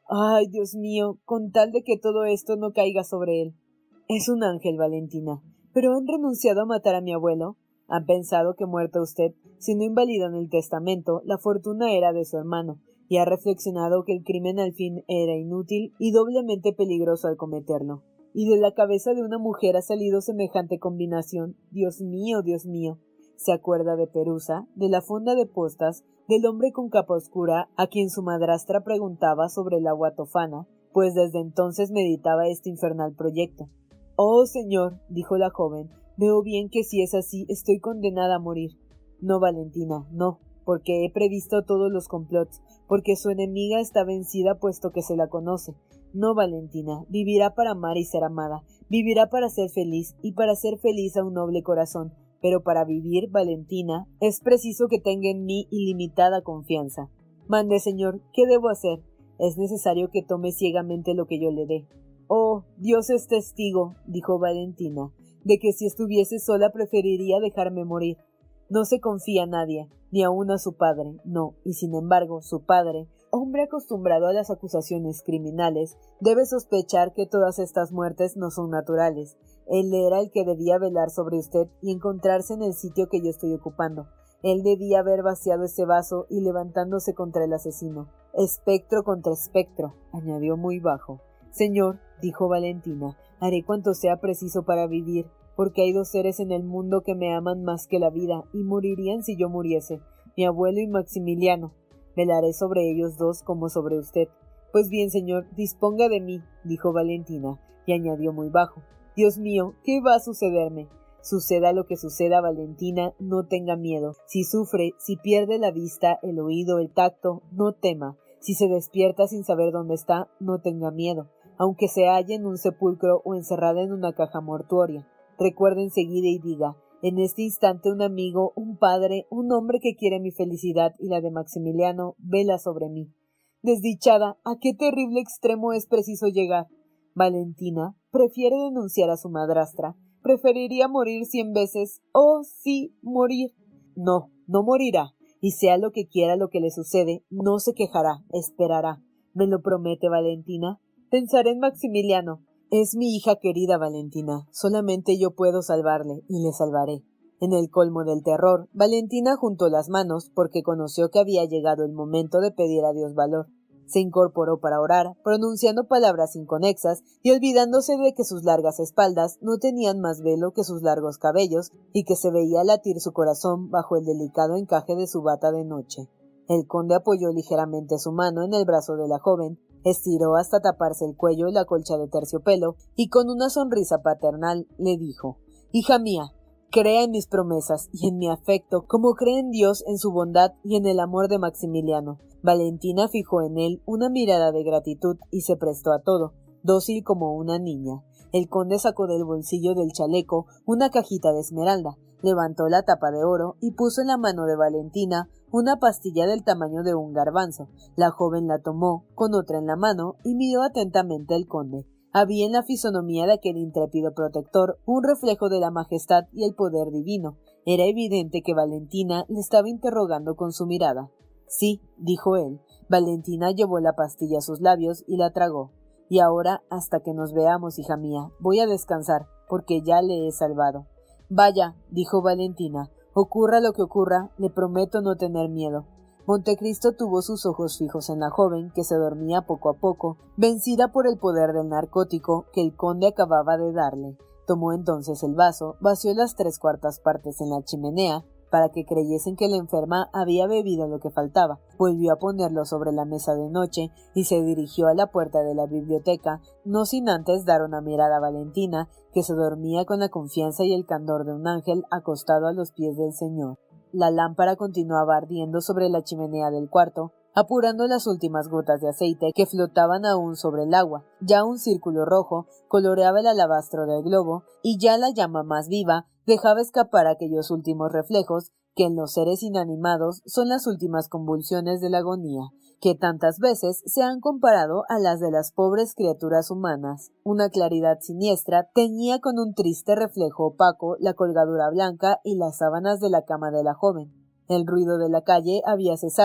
Ay, Dios mío, con tal de que todo esto no caiga sobre él. Es un ángel, Valentina. ¿Pero han renunciado a matar a mi abuelo? ¿Han pensado que muerto usted, si no invalidan el testamento, la fortuna era de su hermano, y ha reflexionado que el crimen al fin era inútil y doblemente peligroso al cometerlo? ¿Y de la cabeza de una mujer ha salido semejante combinación? Dios mío, Dios mío. Se acuerda de Perusa, de la fonda de postas, del hombre con capa oscura a quien su madrastra preguntaba sobre el agua tofana, pues desde entonces meditaba este infernal proyecto. «Oh, señor», dijo la joven, «veo bien que si es así estoy condenada a morir». «No, Valentina, no, porque he previsto todos los complots, porque su enemiga está vencida puesto que se la conoce. No, Valentina, vivirá para amar y ser amada, vivirá para ser feliz y para hacer feliz a un noble corazón. Pero para vivir, Valentina, es preciso que tenga en mí ilimitada confianza. Mande, señor, ¿qué debo hacer? Es necesario que tome ciegamente lo que yo le dé». «Oh, Dios es testigo», dijo Valentina, «de que si estuviese sola preferiría dejarme morir. No se confía a nadie, ni aun a su padre, no, y sin embargo, su padre, hombre acostumbrado a las acusaciones criminales, debe sospechar que todas estas muertes no son naturales. Él era el que debía velar sobre usted y encontrarse en el sitio que yo estoy ocupando. Él debía haber vaciado ese vaso y levantándose contra el asesino. Espectro contra espectro», añadió muy bajo. «Señor», dijo Valentina, «haré cuanto sea preciso para vivir, porque hay dos seres en el mundo que me aman más que la vida y morirían si yo muriese, mi abuelo y Maximiliano. Velaré sobre ellos dos como sobre usted». «Pues bien, señor, disponga de mí», dijo Valentina, y añadió muy bajo, «Dios mío, ¿qué va a sucederme?» «Suceda lo que suceda, Valentina, no tenga miedo. Si sufre, si pierde la vista, el oído, el tacto, no tema. Si se despierta sin saber dónde está, no tenga miedo, aunque se halle en un sepulcro o encerrada en una caja mortuoria. Recuerde enseguida y diga, en este instante un amigo, un padre, un hombre que quiere mi felicidad y la de Maximiliano, vela sobre mí». «Desdichada, ¿a qué terrible extremo es preciso llegar?» «Valentina, prefiere denunciar a su madrastra. Preferiría morir 100 veces. ¡Oh, sí, morir!». «No, no morirá, y sea lo que quiera lo que le sucede, no se quejará, esperará. ¿Me lo promete, Valentina?» «Pensaré en Maximiliano. Es mi hija querida, Valentina. Solamente yo puedo salvarle, y le salvaré». En el colmo del terror, Valentina juntó las manos porque conoció que había llegado el momento de pedir a Dios valor. Se incorporó para orar, pronunciando palabras inconexas y olvidándose de que sus largas espaldas no tenían más velo que sus largos cabellos y que se veía latir su corazón bajo el delicado encaje de su bata de noche. El conde apoyó ligeramente su mano en el brazo de la joven, estiró hasta taparse el cuello la colcha de terciopelo y con una sonrisa paternal le dijo: «Hija mía, crea en mis promesas y en mi afecto, como cree en Dios, en su bondad y en el amor de Maximiliano». Valentina fijó en él una mirada de gratitud y se prestó a todo, dócil como una niña. El conde sacó del bolsillo del chaleco una cajita de esmeralda, levantó la tapa de oro y puso en la mano de Valentina una pastilla del tamaño de un garbanzo. La joven la tomó, con otra en la mano, y miró atentamente al conde. Había en la fisonomía de aquel intrépido protector un reflejo de la majestad y el poder divino. Era evidente que Valentina le estaba interrogando con su mirada. «Sí», dijo él. Valentina llevó la pastilla a sus labios y la tragó. «Y ahora, hasta que nos veamos, hija mía, voy a descansar, porque ya le he salvado». «Vaya», dijo Valentina, «ocurra lo que ocurra, le prometo no tener miedo». Montecristo tuvo sus ojos fijos en la joven, que se dormía poco a poco, vencida por el poder del narcótico que el conde acababa de darle. Tomó entonces el vaso, vació las 3/4 partes en la chimenea, para que creyesen que la enferma había bebido lo que faltaba. Volvió a ponerlo sobre la mesa de noche y se dirigió a la puerta de la biblioteca, no sin antes dar una mirada a Valentina, que se dormía con la confianza y el candor de un ángel acostado a los pies del Señor. La lámpara continuaba ardiendo sobre la chimenea del cuarto, apurando las últimas gotas de aceite que flotaban aún sobre el agua. Ya un círculo rojo coloreaba el alabastro del globo, y ya la llama más viva dejaba escapar aquellos últimos reflejos que en los seres inanimados son las últimas convulsiones de la agonía, que tantas veces se han comparado a las de las pobres criaturas humanas. Una claridad siniestra teñía con un triste reflejo opaco la colgadura blanca y las sábanas de la cama de la joven. El ruido de la calle había cesado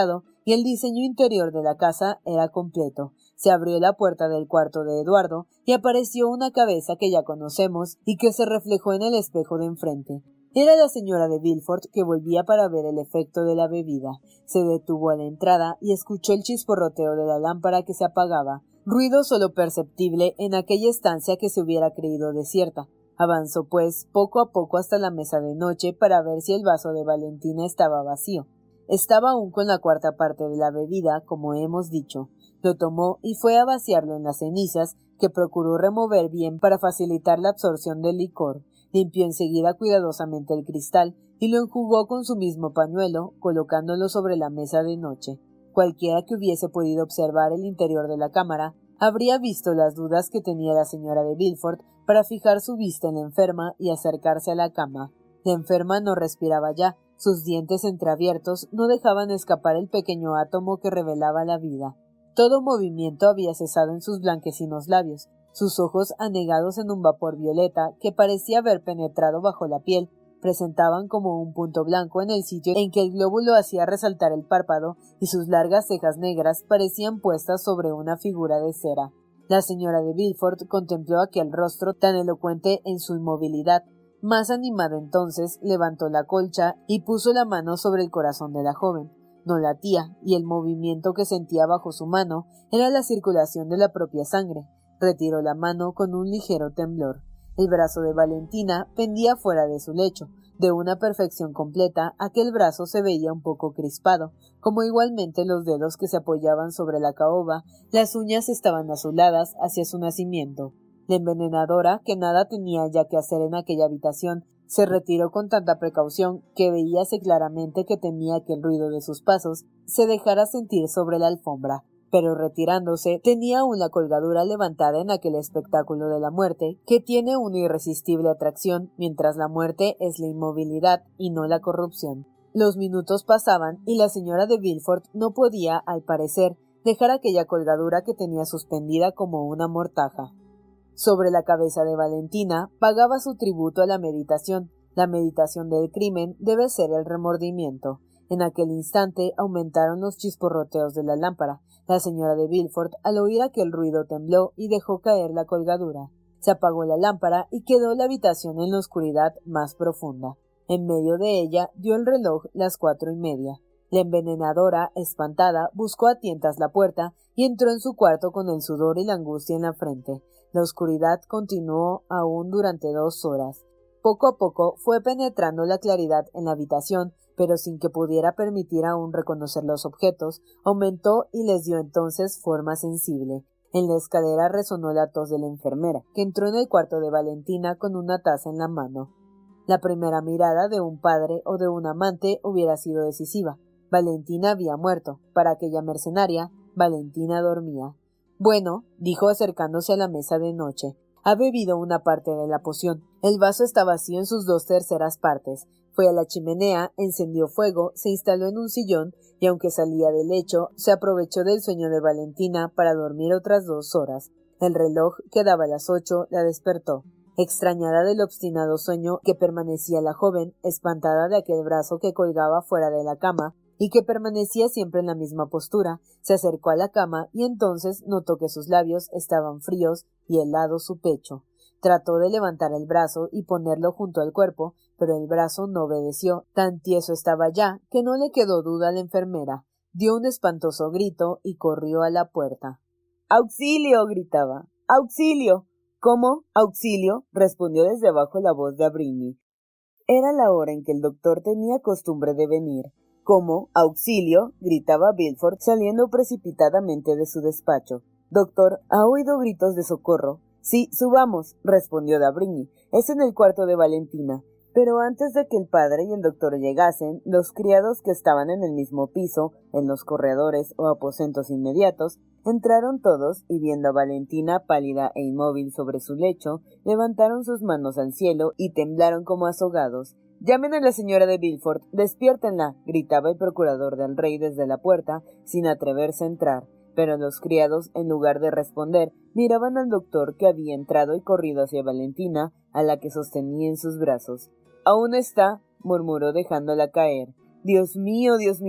y el diseño interior de la casa era completo. Se abrió la puerta del cuarto de Eduardo y apareció una cabeza que ya conocemos y que se reflejó en el espejo de enfrente. Era la señora de Villefort, que volvía para ver el efecto de la bebida. Se detuvo a la entrada y escuchó el chisporroteo de la lámpara que se apagaba, ruido solo perceptible en aquella estancia que se hubiera creído desierta. Avanzó, pues, poco a poco hasta la mesa de noche para ver si el vaso de Valentina estaba vacío. Estaba aún con la cuarta parte de la bebida, como hemos dicho. Lo tomó y fue a vaciarlo en las cenizas, que procuró remover bien para facilitar la absorción del licor. Limpió enseguida cuidadosamente el cristal y lo enjugó con su mismo pañuelo, colocándolo sobre la mesa de noche. Cualquiera que hubiese podido observar el interior de la cámara habría visto las dudas que tenía la señora de Villefort para fijar su vista en la enferma y acercarse a la cama. La enferma no respiraba ya, sus dientes entreabiertos no dejaban escapar el pequeño átomo que revelaba la vida. Todo movimiento había cesado en sus blanquecinos labios. Sus ojos, anegados en un vapor violeta que parecía haber penetrado bajo la piel, presentaban como un punto blanco en el sitio en que el glóbulo hacía resaltar el párpado, y sus largas cejas negras parecían puestas sobre una figura de cera. La señora de Villefort contempló aquel rostro tan elocuente en su inmovilidad. Más animada entonces, levantó la colcha y puso la mano sobre el corazón de la joven. No latía, y el movimiento que sentía bajo su mano era la circulación de la propia sangre. Retiró la mano con un ligero temblor. El brazo de Valentina pendía fuera de su lecho. De una perfección completa, aquel brazo se veía un poco crispado, como igualmente los dedos que se apoyaban sobre la caoba. Las uñas estaban azuladas hacia su nacimiento. La envenenadora, que nada tenía ya que hacer en aquella habitación, se retiró con tanta precaución que veíase claramente que temía que el ruido de sus pasos se dejara sentir sobre la alfombra. Pero retirándose, tenía aún la colgadura levantada en aquel espectáculo de la muerte, que tiene una irresistible atracción, mientras la muerte es la inmovilidad y no la corrupción. Los minutos pasaban y la señora de Villefort no podía, al parecer, dejar aquella colgadura que tenía suspendida como una mortaja. Sobre la cabeza de Valentina pagaba su tributo a la meditación. La meditación del crimen debe ser el remordimiento. En aquel instante aumentaron los chisporroteos de la lámpara. La señora de Villefort, al oír aquel ruido, tembló y dejó caer la colgadura. Se apagó la lámpara y quedó la habitación en la oscuridad más profunda. En medio de ella dio el reloj las 4:30. La envenenadora, espantada, buscó a tientas la puerta y entró en su cuarto con el sudor y la angustia en la frente. La oscuridad continuó aún durante 2 horas. Poco a poco fue penetrando la claridad en la habitación, pero sin que pudiera permitir aún reconocer los objetos, aumentó y les dio entonces forma sensible. En la escalera resonó la tos de la enfermera, que entró en el cuarto de Valentina con una taza en la mano. La primera mirada de un padre o de un amante hubiera sido decisiva. Valentina había muerto. Para aquella mercenaria, Valentina dormía. Bueno, dijo acercándose a la mesa de noche, ha bebido una parte de la poción. El vaso está vacío en sus 2/3 partes. Fue a la chimenea, encendió fuego, se instaló en un sillón y, aunque salía del lecho, se aprovechó del sueño de Valentina para dormir otras 2 horas. El reloj, que daba las 8, la despertó. Extrañada del obstinado sueño que permanecía la joven, espantada de aquel brazo que colgaba fuera de la cama y que permanecía siempre en la misma postura, se acercó a la cama y entonces notó que sus labios estaban fríos y helado su pecho. Trató de levantar el brazo y ponerlo junto al cuerpo, pero el brazo no obedeció. Tan tieso estaba ya que no le quedó duda a la enfermera. Dio un espantoso grito y corrió a la puerta. ¡Auxilio! gritaba. ¡Auxilio! ¿Cómo? ¿Auxilio? Respondió desde abajo la voz de Abrigny. Era la hora en que el doctor tenía costumbre de venir. ¿Cómo? ¿Auxilio? Gritaba Villefort saliendo precipitadamente de su despacho. Doctor, ¿ha oído gritos de socorro? Sí, subamos, respondió d'Abrigny. Es en el cuarto de Valentina. Pero antes de que el padre y el doctor llegasen, los criados que estaban en el mismo piso, en los corredores o aposentos inmediatos, entraron todos y, viendo a Valentina pálida e inmóvil sobre su lecho, levantaron sus manos al cielo y temblaron como azogados. «¡Llamen a la señora de Villefort! ¡Despiértenla!», gritaba el procurador del rey desde la puerta, sin atreverse a entrar. Pero los criados, en lugar de responder, miraban al doctor, que había entrado y corrido hacia Valentina, a la que sostenía en sus brazos. «Aún está», murmuró dejándola caer. Dios mío,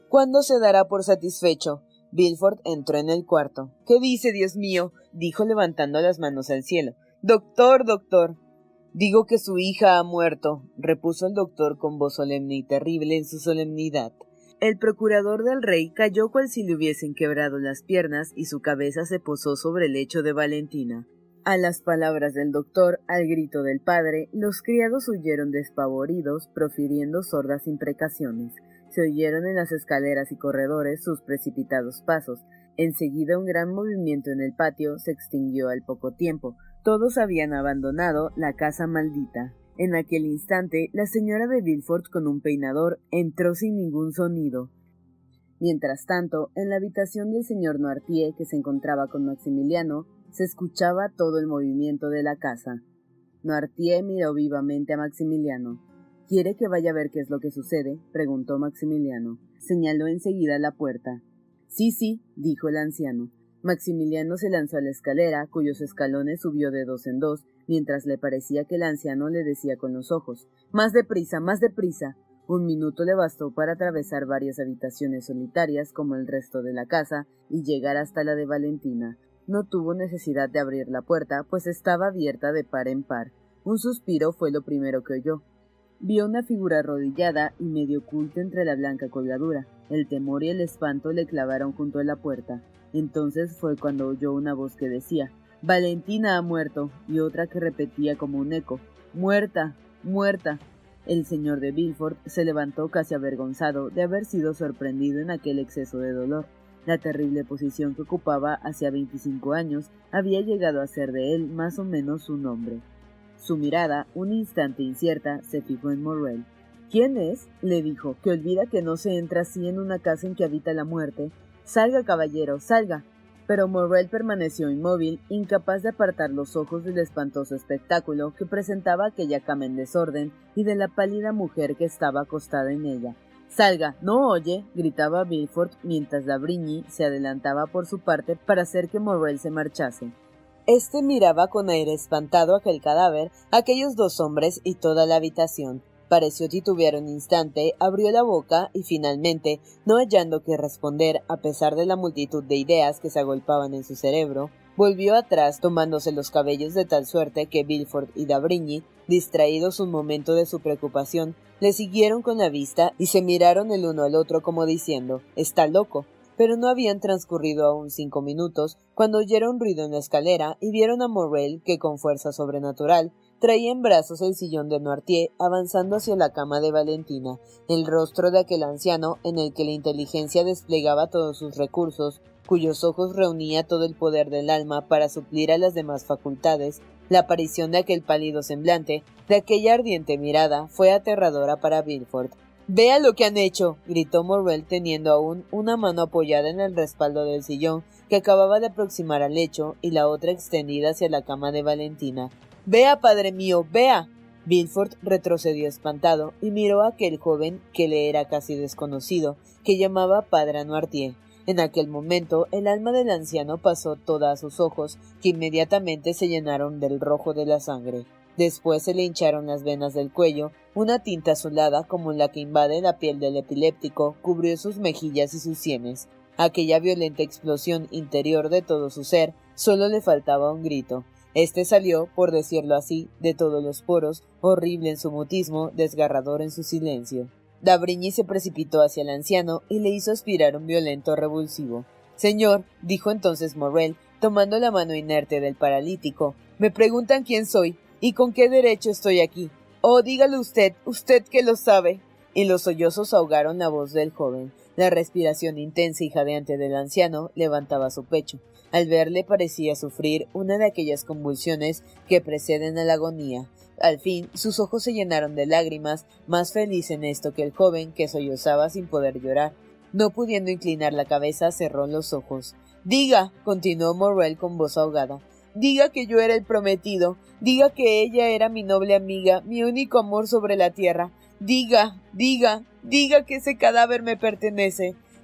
¿Cuándo se dará por satisfecho? Bilford entró en el cuarto. ¿Qué dice, Dios mío? Dijo levantando las manos al cielo. Doctor, doctor. Digo que su hija ha muerto, repuso el doctor con voz solemne y terrible en su solemnidad. El procurador del rey cayó cual si le hubiesen quebrado las piernas y su cabeza se posó sobre el lecho de Valentina. A las palabras del doctor, al grito del padre, los criados huyeron despavoridos, profiriendo sordas imprecaciones. Se oyeron en las escaleras y corredores sus precipitados pasos. Enseguida un gran movimiento en el patio se extinguió al poco tiempo. Todos habían abandonado la casa maldita. En aquel instante, la señora de Villefort con un peinador entró sin ningún sonido. Mientras tanto, en la habitación del señor Noirtier, que se encontraba con Maximiliano, se escuchaba todo el movimiento de la casa. Noirtier miró vivamente a Maximiliano. ¿Quiere que vaya a ver qué es lo que sucede?, preguntó Maximiliano. Señaló enseguida la puerta. Sí, dijo el anciano. Maximiliano se lanzó a la escalera, cuyos escalones subió de dos en dos, mientras le parecía que el anciano le decía con los ojos: ¡Más deprisa, más deprisa! 1 minuto le bastó para atravesar varias habitaciones solitarias como el resto de la casa y llegar hasta la de Valentina. No tuvo necesidad de abrir la puerta, pues estaba abierta de par en par. Un suspiro fue lo primero que oyó. Vio una figura arrodillada y medio oculta entre la blanca colgadura. El temor y el espanto le clavaron junto a la puerta. Entonces fue cuando oyó una voz que decía: «Valentina ha muerto», y otra que repetía como un eco: «Muerta, muerta». El señor de Villefort se levantó casi avergonzado de haber sido sorprendido en aquel exceso de dolor. La terrible posición que ocupaba hacía 25 años había llegado a ser de él más o menos un hombre. Su mirada, un instante incierta, se fijó en Morrel. «¿Quién es?», le dijo, «que olvida que no se entra así en una casa en que habita la muerte. Salga, caballero, salga». Pero Morrel permaneció inmóvil, incapaz de apartar los ojos del espantoso espectáculo que presentaba aquella cama en desorden y de la pálida mujer que estaba acostada en ella. «Salga, ¿no oye?», gritaba Villefort, mientras d'Avrigny se adelantaba por su parte para hacer que Morrel se marchase. Este miraba con aire espantado aquel cadáver, aquellos 2 hombres y toda la habitación. Pareció titubear un instante, abrió la boca y finalmente, no hallando qué responder a pesar de la multitud de ideas que se agolpaban en su cerebro, volvió atrás tomándose los cabellos de tal suerte que Villefort y d'Avrigny, distraídos un momento de su preocupación, le siguieron con la vista y se miraron el uno al otro como diciendo: «Está loco». Pero no habían transcurrido aún 5 minutos cuando oyeron ruido en la escalera y vieron a Morrel que, con fuerza sobrenatural, traía en brazos el sillón de Noirtier avanzando hacia la cama de Valentina. El rostro de aquel anciano, en el que la inteligencia desplegaba todos sus recursos, cuyos ojos reunía todo el poder del alma para suplir a las demás facultades, la aparición de aquel pálido semblante, de aquella ardiente mirada, fue aterradora para Villefort. «¡Vea lo que han hecho!», gritó Morrel teniendo aún una mano apoyada en el respaldo del sillón que acababa de aproximar al lecho y la otra extendida hacia la cama de Valentina. «¡Vea, padre mío, vea!». Villefort retrocedió espantado y miró a aquel joven que le era casi desconocido, que llamaba padre a Noirtier. En aquel momento el alma del anciano pasó toda a sus ojos, que inmediatamente se llenaron del rojo de la sangre. Después se le hincharon las venas del cuello, una tinta azulada como la que invade la piel del epiléptico cubrió sus mejillas y sus sienes. Aquella violenta explosión interior de todo su ser, solo le faltaba un grito. Este salió, por decirlo así, de todos los poros, horrible en su mutismo, desgarrador en su silencio. d'Avrigny se precipitó hacia el anciano y le hizo aspirar un violento revulsivo. «Señor», dijo entonces Morrel, tomando la mano inerte del paralítico, «me preguntan quién soy. ¿Y con qué derecho estoy aquí? Oh, dígalo usted que lo sabe». Y los sollozos ahogaron la voz del joven. La respiración intensa y jadeante del anciano levantaba su pecho. Al verle parecía sufrir una de aquellas convulsiones que preceden a la agonía. Al fin, sus ojos se llenaron de lágrimas, más feliz en esto que el joven, que sollozaba sin poder llorar. No pudiendo inclinar la cabeza, cerró los ojos. «Diga», continuó Morrel con voz ahogada, «diga que yo era el prometido, diga que ella era mi noble amiga, mi único amor sobre la tierra. Diga que ese cadáver me pertenece.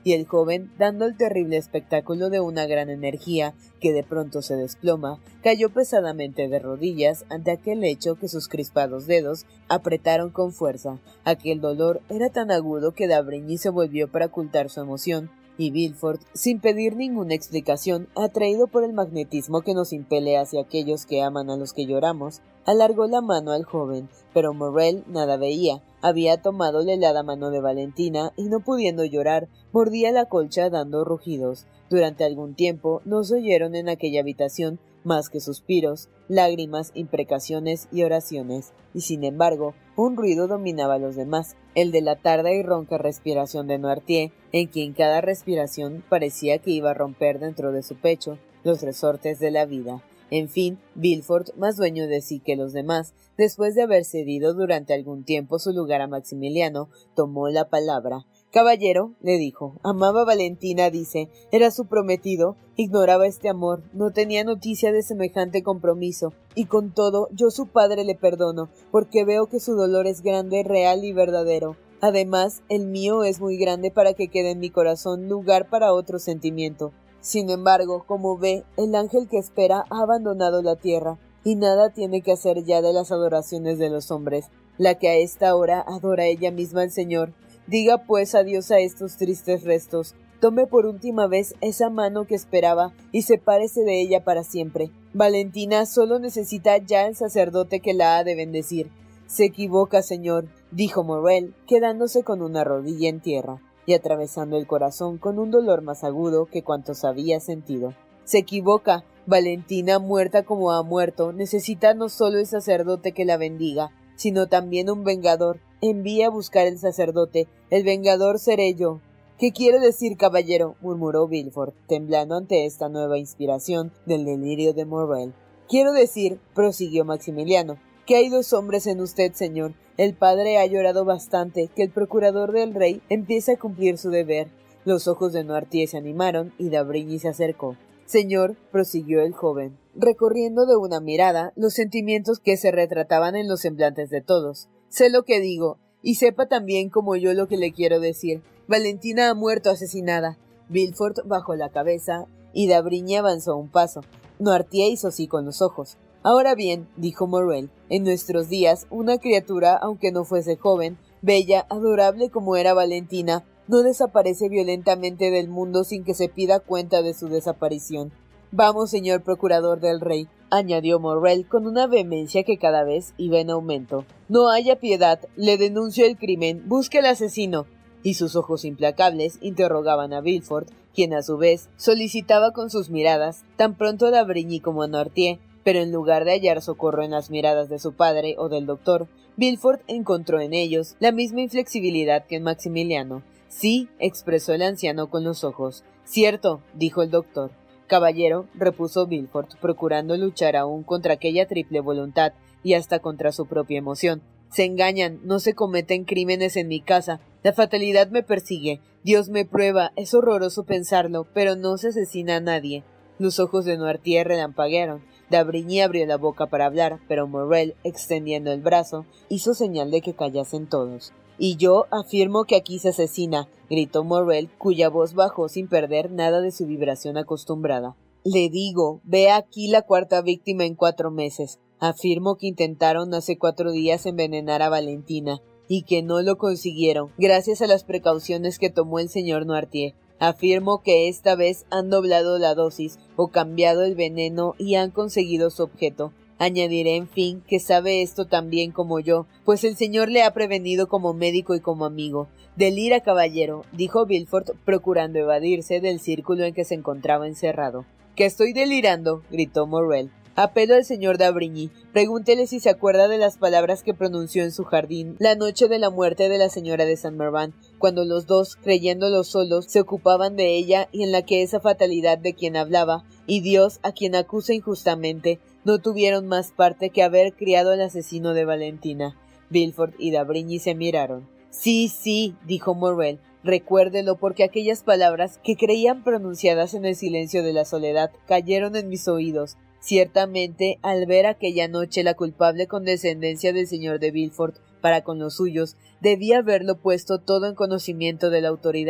y el joven, dando el terrible espectáculo de una gran energía que de pronto se desploma, cayó pesadamente de rodillas ante aquel hecho que sus crispados dedos apretaron con fuerza. Aquel dolor era tan agudo que d'Avrigny se volvió para ocultar su emoción, y Villefort, sin pedir ninguna explicación, atraído por el magnetismo que nos impele hacia aquellos que aman a los que lloramos, alargó la mano al joven, pero Morrel nada veía. Había tomado la helada mano de Valentina y, no pudiendo llorar, mordía la colcha dando rugidos. Durante algún tiempo no se oyeron en aquella habitación más que suspiros, lágrimas, imprecaciones y oraciones, y sin embargo, un ruido dominaba a los demás, el de la tarda y ronca respiración de Noirtier, en quien cada respiración parecía que iba a romper dentro de su pecho los resortes de la vida. En fin, Villefort, más dueño de sí que los demás, después de haber cedido durante algún tiempo su lugar a Maximiliano, tomó la palabra. «Caballero», le dijo, «amaba a Valentina, dice, era su prometido, ignoraba este amor, no tenía noticia de semejante compromiso, y con todo, yo su padre le perdono, porque veo que su dolor es grande, real y verdadero. Además, el mío es muy grande para que quede en mi corazón lugar para otro sentimiento. Sin embargo, como ve, el ángel que espera ha abandonado la tierra, y nada tiene que hacer ya de las adoraciones de los hombres, la que a esta hora adora ella misma al Señor. Diga pues adiós a estos tristes restos, tome por última vez esa mano que esperaba y sepárese de ella para siempre. Valentina solo necesita ya el sacerdote que la ha de bendecir». «Se equivoca, señor», dijo Morrel, quedándose con una rodilla en tierra y atravesando el corazón con un dolor más agudo que cuantos había sentido. «Se equivoca. Valentina, muerta como ha muerto, necesita no solo el sacerdote que la bendiga, sino también un vengador. Envíe a buscar el sacerdote. El vengador seré yo». «¿Qué quiere decir, caballero?», murmuró Villefort, temblando ante esta nueva inspiración del delirio de Morrel. «Quiero decir», prosiguió Maximiliano, «que hay dos hombres en usted, señor. El padre ha llorado bastante, que el procurador del rey empiece a cumplir su deber». Los ojos de Noirtier se animaron y d'Avrigny se acercó. «Señor», prosiguió el joven, recorriendo de una mirada los sentimientos que se retrataban en los semblantes de todos, «sé lo que digo, y sepa también como yo lo que le quiero decir. Valentina ha muerto asesinada». Villefort bajó la cabeza y d'Avrigny avanzó un paso. Noirtier hizo así con los ojos. «Ahora bien», dijo Morrel, «en nuestros días, una criatura, aunque no fuese joven, bella, adorable como era Valentina, no desaparece violentamente del mundo sin que se pida cuenta de su desaparición. Vamos, señor procurador del rey», añadió Morrel con una vehemencia que cada vez iba en aumento. «No haya piedad, le denuncio el crimen, busque al asesino». Y sus ojos implacables interrogaban a Villefort, quien a su vez solicitaba con sus miradas tan pronto a d'Avrigny como a Noirtier, pero en lugar de hallar socorro en las miradas de su padre o del doctor, Villefort encontró en ellos la misma inflexibilidad que en Maximiliano. «Sí», expresó el anciano con los ojos. «Cierto», dijo el doctor. «Caballero», repuso Villefort, procurando luchar aún contra aquella triple voluntad y hasta contra su propia emoción. «Se engañan, no se cometen crímenes en mi casa. La fatalidad me persigue. Dios me prueba, es horroroso pensarlo, pero no se asesina a nadie». Los ojos de Noirtier relampaguearon. D'Avrigny abrió la boca para hablar, pero Morrel, extendiendo el brazo, hizo señal de que callasen todos. «Y yo afirmo que aquí se asesina», gritó Morrel, cuya voz bajó sin perder nada de su vibración acostumbrada. «Le digo, ve aquí la cuarta víctima en 4 meses. Afirmo que intentaron hace 4 días envenenar a Valentina, y que no lo consiguieron, gracias a las precauciones que tomó el señor Noirtier. Afirmo que esta vez han doblado la dosis, o cambiado el veneno y han conseguido su objeto. Añadiré, en fin, que sabe esto tan bien como yo, pues el señor le ha prevenido como médico y como amigo». «Delira, caballero», dijo Villefort, procurando evadirse del círculo en que se encontraba encerrado. «¿Que estoy delirando?», gritó Morrel. «Apelo al señor d'Avrigny. Pregúntele si se acuerda de las palabras que pronunció en su jardín la noche de la muerte de la señora de Saint-Méran, cuando los dos, creyéndolo solos, se ocupaban de ella y en la que esa fatalidad de quien hablaba, y Dios, a quien acusa injustamente, no tuvieron más parte que haber criado al asesino de Valentina». Villefort y d'Avrigny se miraron. «Sí, sí», dijo Morrel, «recuérdelo, porque aquellas palabras que creían pronunciadas en el silencio de la soledad cayeron en mis oídos. Ciertamente, al ver aquella noche la culpable condescendencia del señor de Villefort para con los suyos, debía haberlo puesto todo en conocimiento de la autoridad,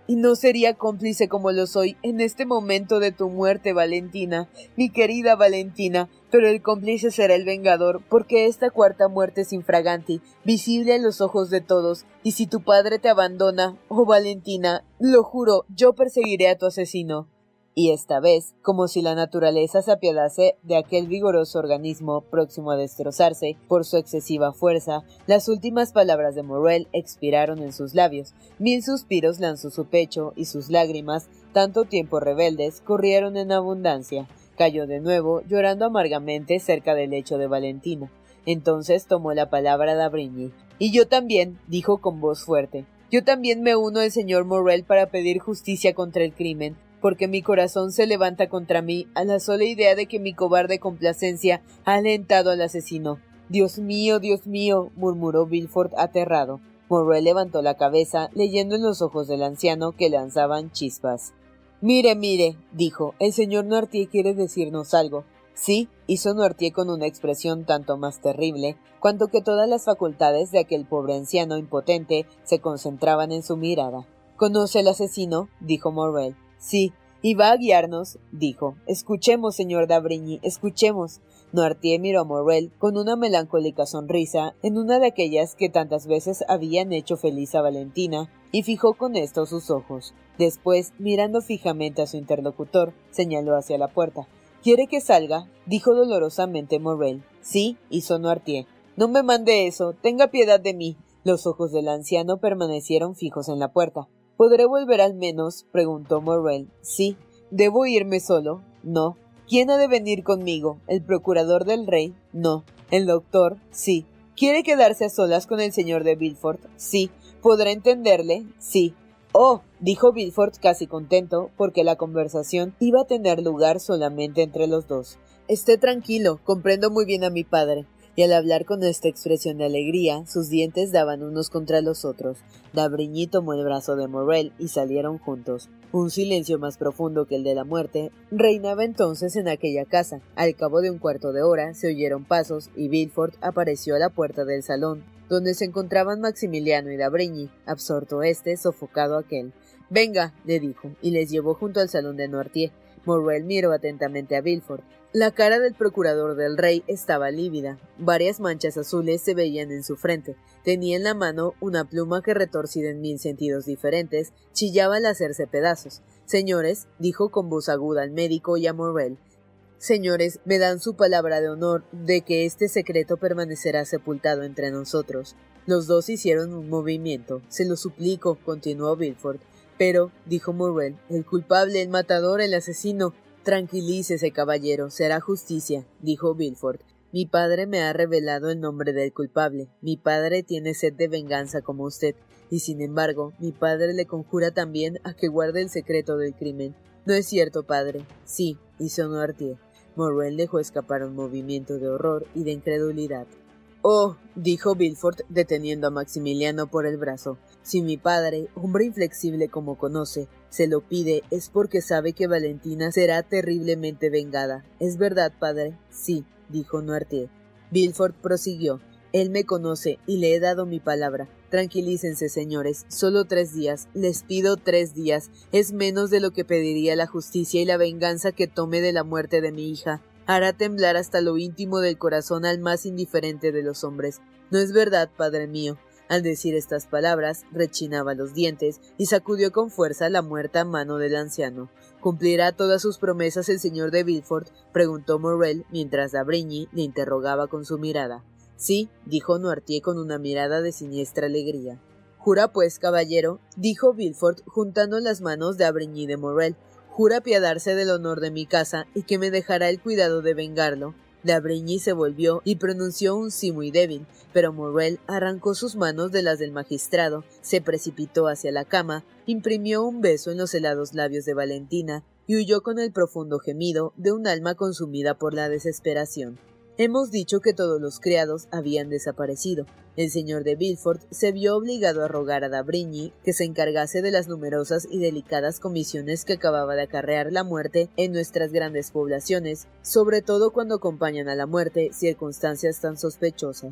y no sería cómplice como lo soy en este momento de tu muerte, Valentina, mi querida Valentina, pero el cómplice será el vengador, porque esta cuarta muerte es infraganti, visible a los ojos de todos, y si tu padre te abandona, oh Valentina, lo juro, yo perseguiré a tu asesino. Y esta vez, como si la naturaleza se apiadase de aquel vigoroso organismo próximo a destrozarse por su excesiva fuerza, las últimas palabras de Morrel expiraron en sus labios, 1000 suspiros lanzó su pecho y sus lágrimas, tanto tiempo rebeldes, corrieron en abundancia. Cayó de nuevo, llorando amargamente cerca del lecho de Valentina. Entonces tomó la palabra d'Avrigny. «Y yo también», dijo con voz fuerte, «yo también me uno al señor Morrel para pedir justicia contra el crimen, porque mi corazón se levanta contra mí a la sola idea de que mi cobarde complacencia ha alentado al asesino». Dios mío, murmuró Villefort aterrado. Morrel levantó la cabeza, leyendo en los ojos del anciano que lanzaban chispas. «Mire, dijo, el señor Noirtier quiere decirnos algo». «Sí», hizo Noirtier con una expresión tanto más terrible, cuanto que todas las facultades de aquel pobre anciano impotente se concentraban en su mirada. «¿Conoce al asesino?», dijo Morrel. «Sí, y va a guiarnos», dijo. «Escuchemos, señor d'Avrigny, escuchemos». Noirtier miró a Morrel con una melancólica sonrisa, en una de aquellas que tantas veces habían hecho feliz a Valentina, y fijó con esto sus ojos. Después, mirando fijamente a su interlocutor, señaló hacia la puerta. «¿Quiere que salga?», dijo dolorosamente Morrel. «Sí», hizo Noirtier. «No me mande eso, tenga piedad de mí». Los ojos del anciano permanecieron fijos en la puerta. «¿Podré volver al menos?», preguntó Morrel. «Sí». «¿Debo irme solo?». «No». «¿Quién ha de venir conmigo? ¿El procurador del rey?». «No». «¿El doctor?». «Sí». «¿Quiere quedarse a solas con el señor de Villefort?». «Sí». «¿Podrá entenderle?». «Sí». «Oh», dijo Villefort casi contento, porque la conversación iba a tener lugar solamente entre los dos. «Esté tranquilo, comprendo muy bien a mi padre». Y al hablar con esta expresión de alegría, sus dientes daban unos contra los otros. d'Avrigny tomó el brazo de Morrel y salieron juntos. Un silencio más profundo que el de la muerte reinaba entonces en aquella casa. Al cabo de un cuarto de hora se oyeron pasos y Villefort apareció a la puerta del salón, donde se encontraban Maximiliano y d'Avrigny, absorto este, sofocado aquel. «Venga», le dijo, y les llevó junto al salón de Noirtier. Morrel miró atentamente a Villefort. La cara del procurador del rey estaba lívida. Varias manchas azules se veían en su frente. Tenía en la mano una pluma que, retorcida en 1000 sentidos diferentes, chillaba al hacerse pedazos. «Señores», dijo con voz aguda al médico y a Morrel. «Señores, me dan su palabra de honor de que este secreto permanecerá sepultado entre nosotros». Los dos hicieron un movimiento. «Se lo suplico», continuó Villefort. «Pero», dijo Morrel, «el culpable, el matador, el asesino». «Tranquilícese, caballero, será justicia», dijo Villefort. «Mi padre me ha revelado el nombre del culpable. Mi padre tiene sed de venganza como usted, y sin embargo, mi padre le conjura también a que guarde el secreto del crimen. ¿No es cierto, padre?». «Sí», hizo Noirtier. Morrel dejó escapar un movimiento de horror y de incredulidad. «Oh», dijo Villefort, deteniendo a Maximiliano por el brazo, «si mi padre, hombre inflexible como conoce, se lo pide, es porque sabe que Valentina será terriblemente vengada. ¿Es verdad, padre?». «Sí», dijo Noirtier. Villefort prosiguió. «Él me conoce y le he dado mi palabra. Tranquilícense, señores, solo 3 días, les pido 3 días, es menos de lo que pediría la justicia y la venganza que tome de la muerte de mi hija. Hará temblar hasta lo íntimo del corazón al más indiferente de los hombres. ¿No es verdad, padre mío?». Al decir estas palabras, rechinaba los dientes y sacudió con fuerza la muerta mano del anciano. «¿Cumplirá todas sus promesas el señor de Villefort?», preguntó Morrel, mientras d'Avrigny le interrogaba con su mirada. «Sí», dijo Noirtier con una mirada de siniestra alegría. «Jura pues, caballero», dijo Villefort, juntando las manos de d'Avrigny y de Morrel. «¿Jura apiadarse del honor de mi casa y que me dejará el cuidado de vengarlo?». D'Avrigny se volvió y pronunció un sí muy débil, pero Morrel arrancó sus manos de las del magistrado, se precipitó hacia la cama, imprimió un beso en los helados labios de Valentina y huyó con el profundo gemido de un alma consumida por la desesperación. Hemos dicho que todos los criados habían desaparecido. El señor de Villefort se vio obligado a rogar a d'Avrigny que se encargase de las numerosas y delicadas comisiones que acababa de acarrear la muerte en nuestras grandes poblaciones, sobre todo cuando acompañan a la muerte circunstancias tan sospechosas.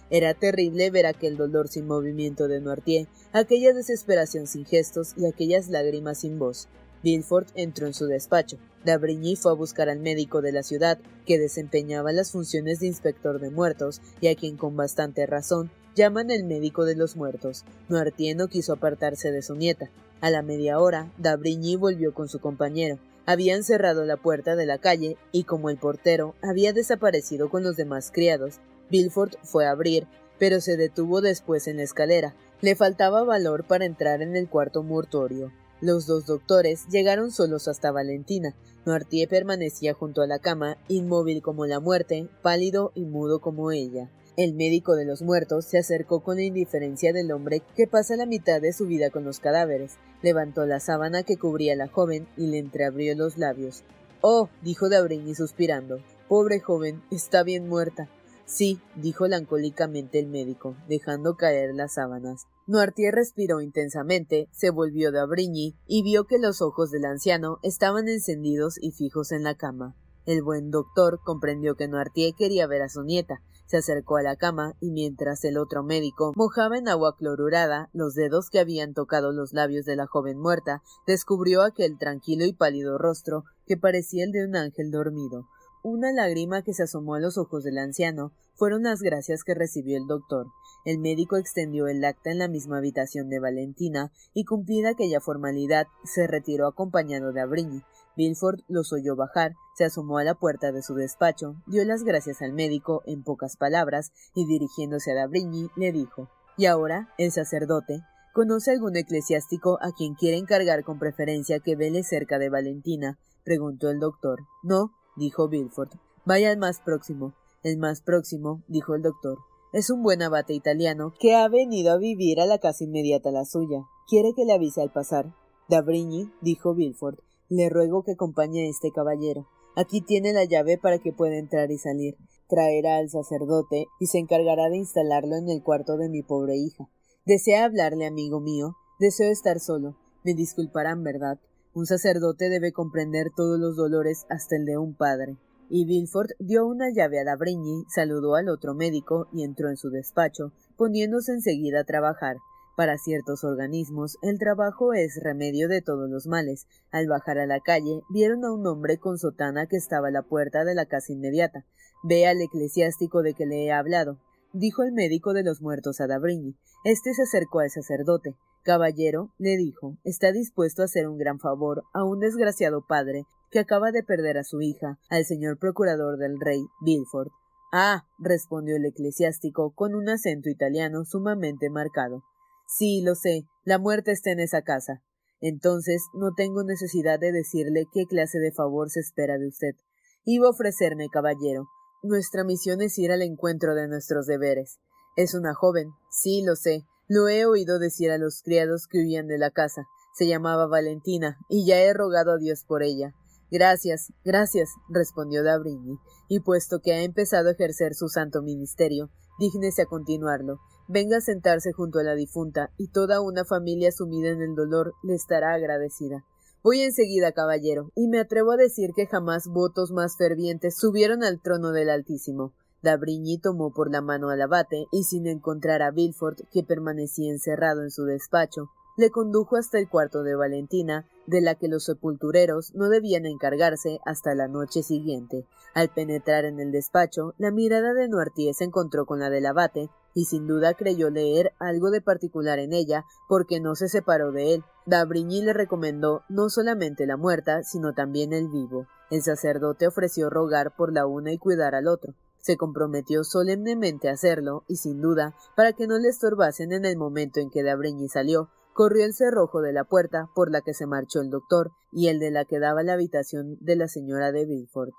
Era terrible ver aquel dolor sin movimiento de Noirtier, aquella desesperación sin gestos y aquellas lágrimas sin voz. Villefort entró en su despacho. d'Avrigny fue a buscar al médico de la ciudad, que desempeñaba las funciones de inspector de muertos y a quien con bastante razón llaman el médico de los muertos. Noirtier no quiso apartarse de su nieta. A la media hora, d'Avrigny volvió con su compañero. Habían cerrado la puerta de la calle y como el portero había desaparecido con los demás criados, Villefort fue a abrir, pero se detuvo después en la escalera. Le faltaba valor para entrar en el cuarto mortuorio. Los dos doctores llegaron solos hasta Valentina. Noirtier permanecía junto a la cama, inmóvil como la muerte, pálido y mudo como ella. El médico de los muertos se acercó con la indiferencia del hombre que pasa la mitad de su vida con los cadáveres. Levantó la sábana que cubría a la joven y le entreabrió los labios. «Oh», dijo d'Avrigny suspirando, «pobre joven, está bien muerta». «Sí», dijo melancólicamente el médico, dejando caer las sábanas. Noirtier respiró intensamente, se volvió d'Avrigny y vio que los ojos del anciano estaban encendidos y fijos en la cama. El buen doctor comprendió que Noirtier quería ver a su nieta. Se acercó a la cama y mientras el otro médico mojaba en agua clorurada los dedos que habían tocado los labios de la joven muerta, descubrió aquel tranquilo y pálido rostro que parecía el de un ángel dormido. Una lágrima que se asomó a los ojos del anciano fueron las gracias que recibió el doctor. El médico extendió el acta en la misma habitación de Valentina y cumplida aquella formalidad, se retiró acompañado de d'Avrigny. Villefort los oyó bajar, se asomó a la puerta de su despacho, dio las gracias al médico en pocas palabras y dirigiéndose a d'Avrigny le dijo: «Y ahora, el sacerdote, ¿conoce algún eclesiástico a quien quiera encargar con preferencia que vele cerca de Valentina?», preguntó el doctor. «No», dijo Villefort. «Vaya al más próximo». «El más próximo», dijo el doctor, «es un buen abate italiano que ha venido a vivir a la casa inmediata a la suya. ¿Quiere que le avise al pasar?» «d'Avrigny», dijo Villefort, «le ruego que acompañe a este caballero. Aquí tiene la llave para que pueda entrar y salir. Traerá al sacerdote y se encargará de instalarlo en el cuarto de mi pobre hija. ¿Desea hablarle, amigo mío? Deseo estar solo. Me disculparán, ¿verdad? Un sacerdote debe comprender todos los dolores hasta el de un padre». Y Villefort dio una llave a d'Avrigny, saludó al otro médico y entró en su despacho, poniéndose enseguida a trabajar. Para ciertos organismos, el trabajo es remedio de todos los males. Al bajar a la calle, vieron a un hombre con sotana que estaba a la puerta de la casa inmediata. «Ve al eclesiástico de que le he hablado», dijo el médico de los muertos a d'Avrigny. Este se acercó al sacerdote. «Caballero», le dijo, «está dispuesto a hacer un gran favor a un desgraciado padre que acaba de perder a su hija, al señor procurador del rey, Villefort». «Ah», respondió el eclesiástico con un acento italiano sumamente marcado. «Sí, lo sé, la muerte está en esa casa». «Entonces no tengo necesidad de decirle qué clase de favor se espera de usted». «Iba a ofrecerme, caballero. Nuestra misión es ir al encuentro de nuestros deberes». «Es una joven». «Sí, lo sé. Lo he oído decir a los criados que huían de la casa. Se llamaba Valentina, y ya he rogado a Dios por ella». «Gracias, gracias», respondió d'Avrigny, «y puesto que ha empezado a ejercer su santo ministerio, dígnese a continuarlo. Venga a sentarse junto a la difunta, y toda una familia sumida en el dolor le estará agradecida». «Voy enseguida, caballero, y me atrevo a decir que jamás votos más fervientes subieron al trono del Altísimo». d'Avrigny tomó por la mano al abate, y sin encontrar a Villefort, que permanecía encerrado en su despacho, le condujo hasta el cuarto de Valentina, de la que los sepultureros no debían encargarse hasta la noche siguiente. Al penetrar en el despacho, la mirada de Noirtier se encontró con la del abate, y sin duda creyó leer algo de particular en ella, porque no se separó de él. d'Avrigny le recomendó no solamente la muerta, sino también el vivo. El sacerdote ofreció rogar por la una y cuidar al otro. Se comprometió solemnemente a hacerlo, y sin duda, para que no le estorbasen en el momento en que d'Avrigny salió, corrió el cerrojo de la puerta por la que se marchó el doctor y el de la que daba la habitación de la señora de Villefort.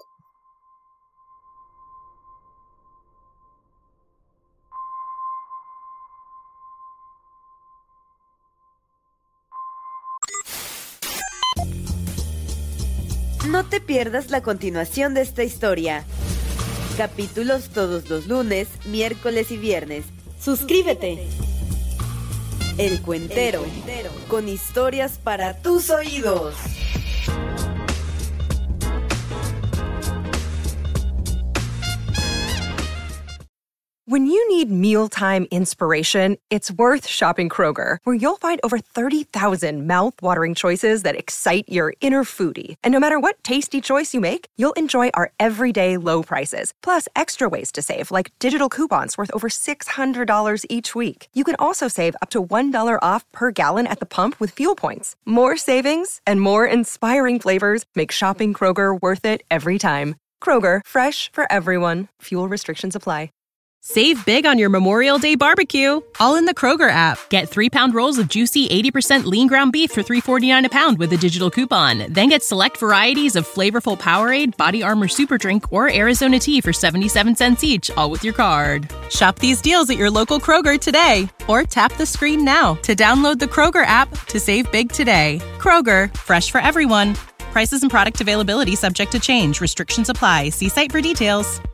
No te pierdas la continuación de esta historia. Capítulos todos los lunes, miércoles y viernes. ¡Suscríbete! El Cuentero, con historias para tus oídos. When you need mealtime inspiration, it's worth shopping Kroger, where you'll find over 30,000 mouth-watering choices that excite your inner foodie. And no matter what tasty choice you make, you'll enjoy our everyday low prices, plus extra ways to save, like digital coupons worth over $600 each week. You can also save up to $1 off per gallon at the pump with fuel points. More savings and more inspiring flavors make shopping Kroger worth it every time. Kroger, fresh for everyone. Fuel restrictions apply. Save big on your Memorial Day barbecue, all in the Kroger app. Get 3-pound rolls of juicy 80% lean ground beef for $3.49 a pound with a digital coupon. Then get select varieties of flavorful Powerade, Body Armor Super Drink, or Arizona tea for 77 cents each, all with your card. Shop these deals at your local Kroger today, or tap the screen now to download the Kroger app to save big today. Kroger, fresh for everyone. Prices and product availability subject to change. Restrictions apply. See site for details.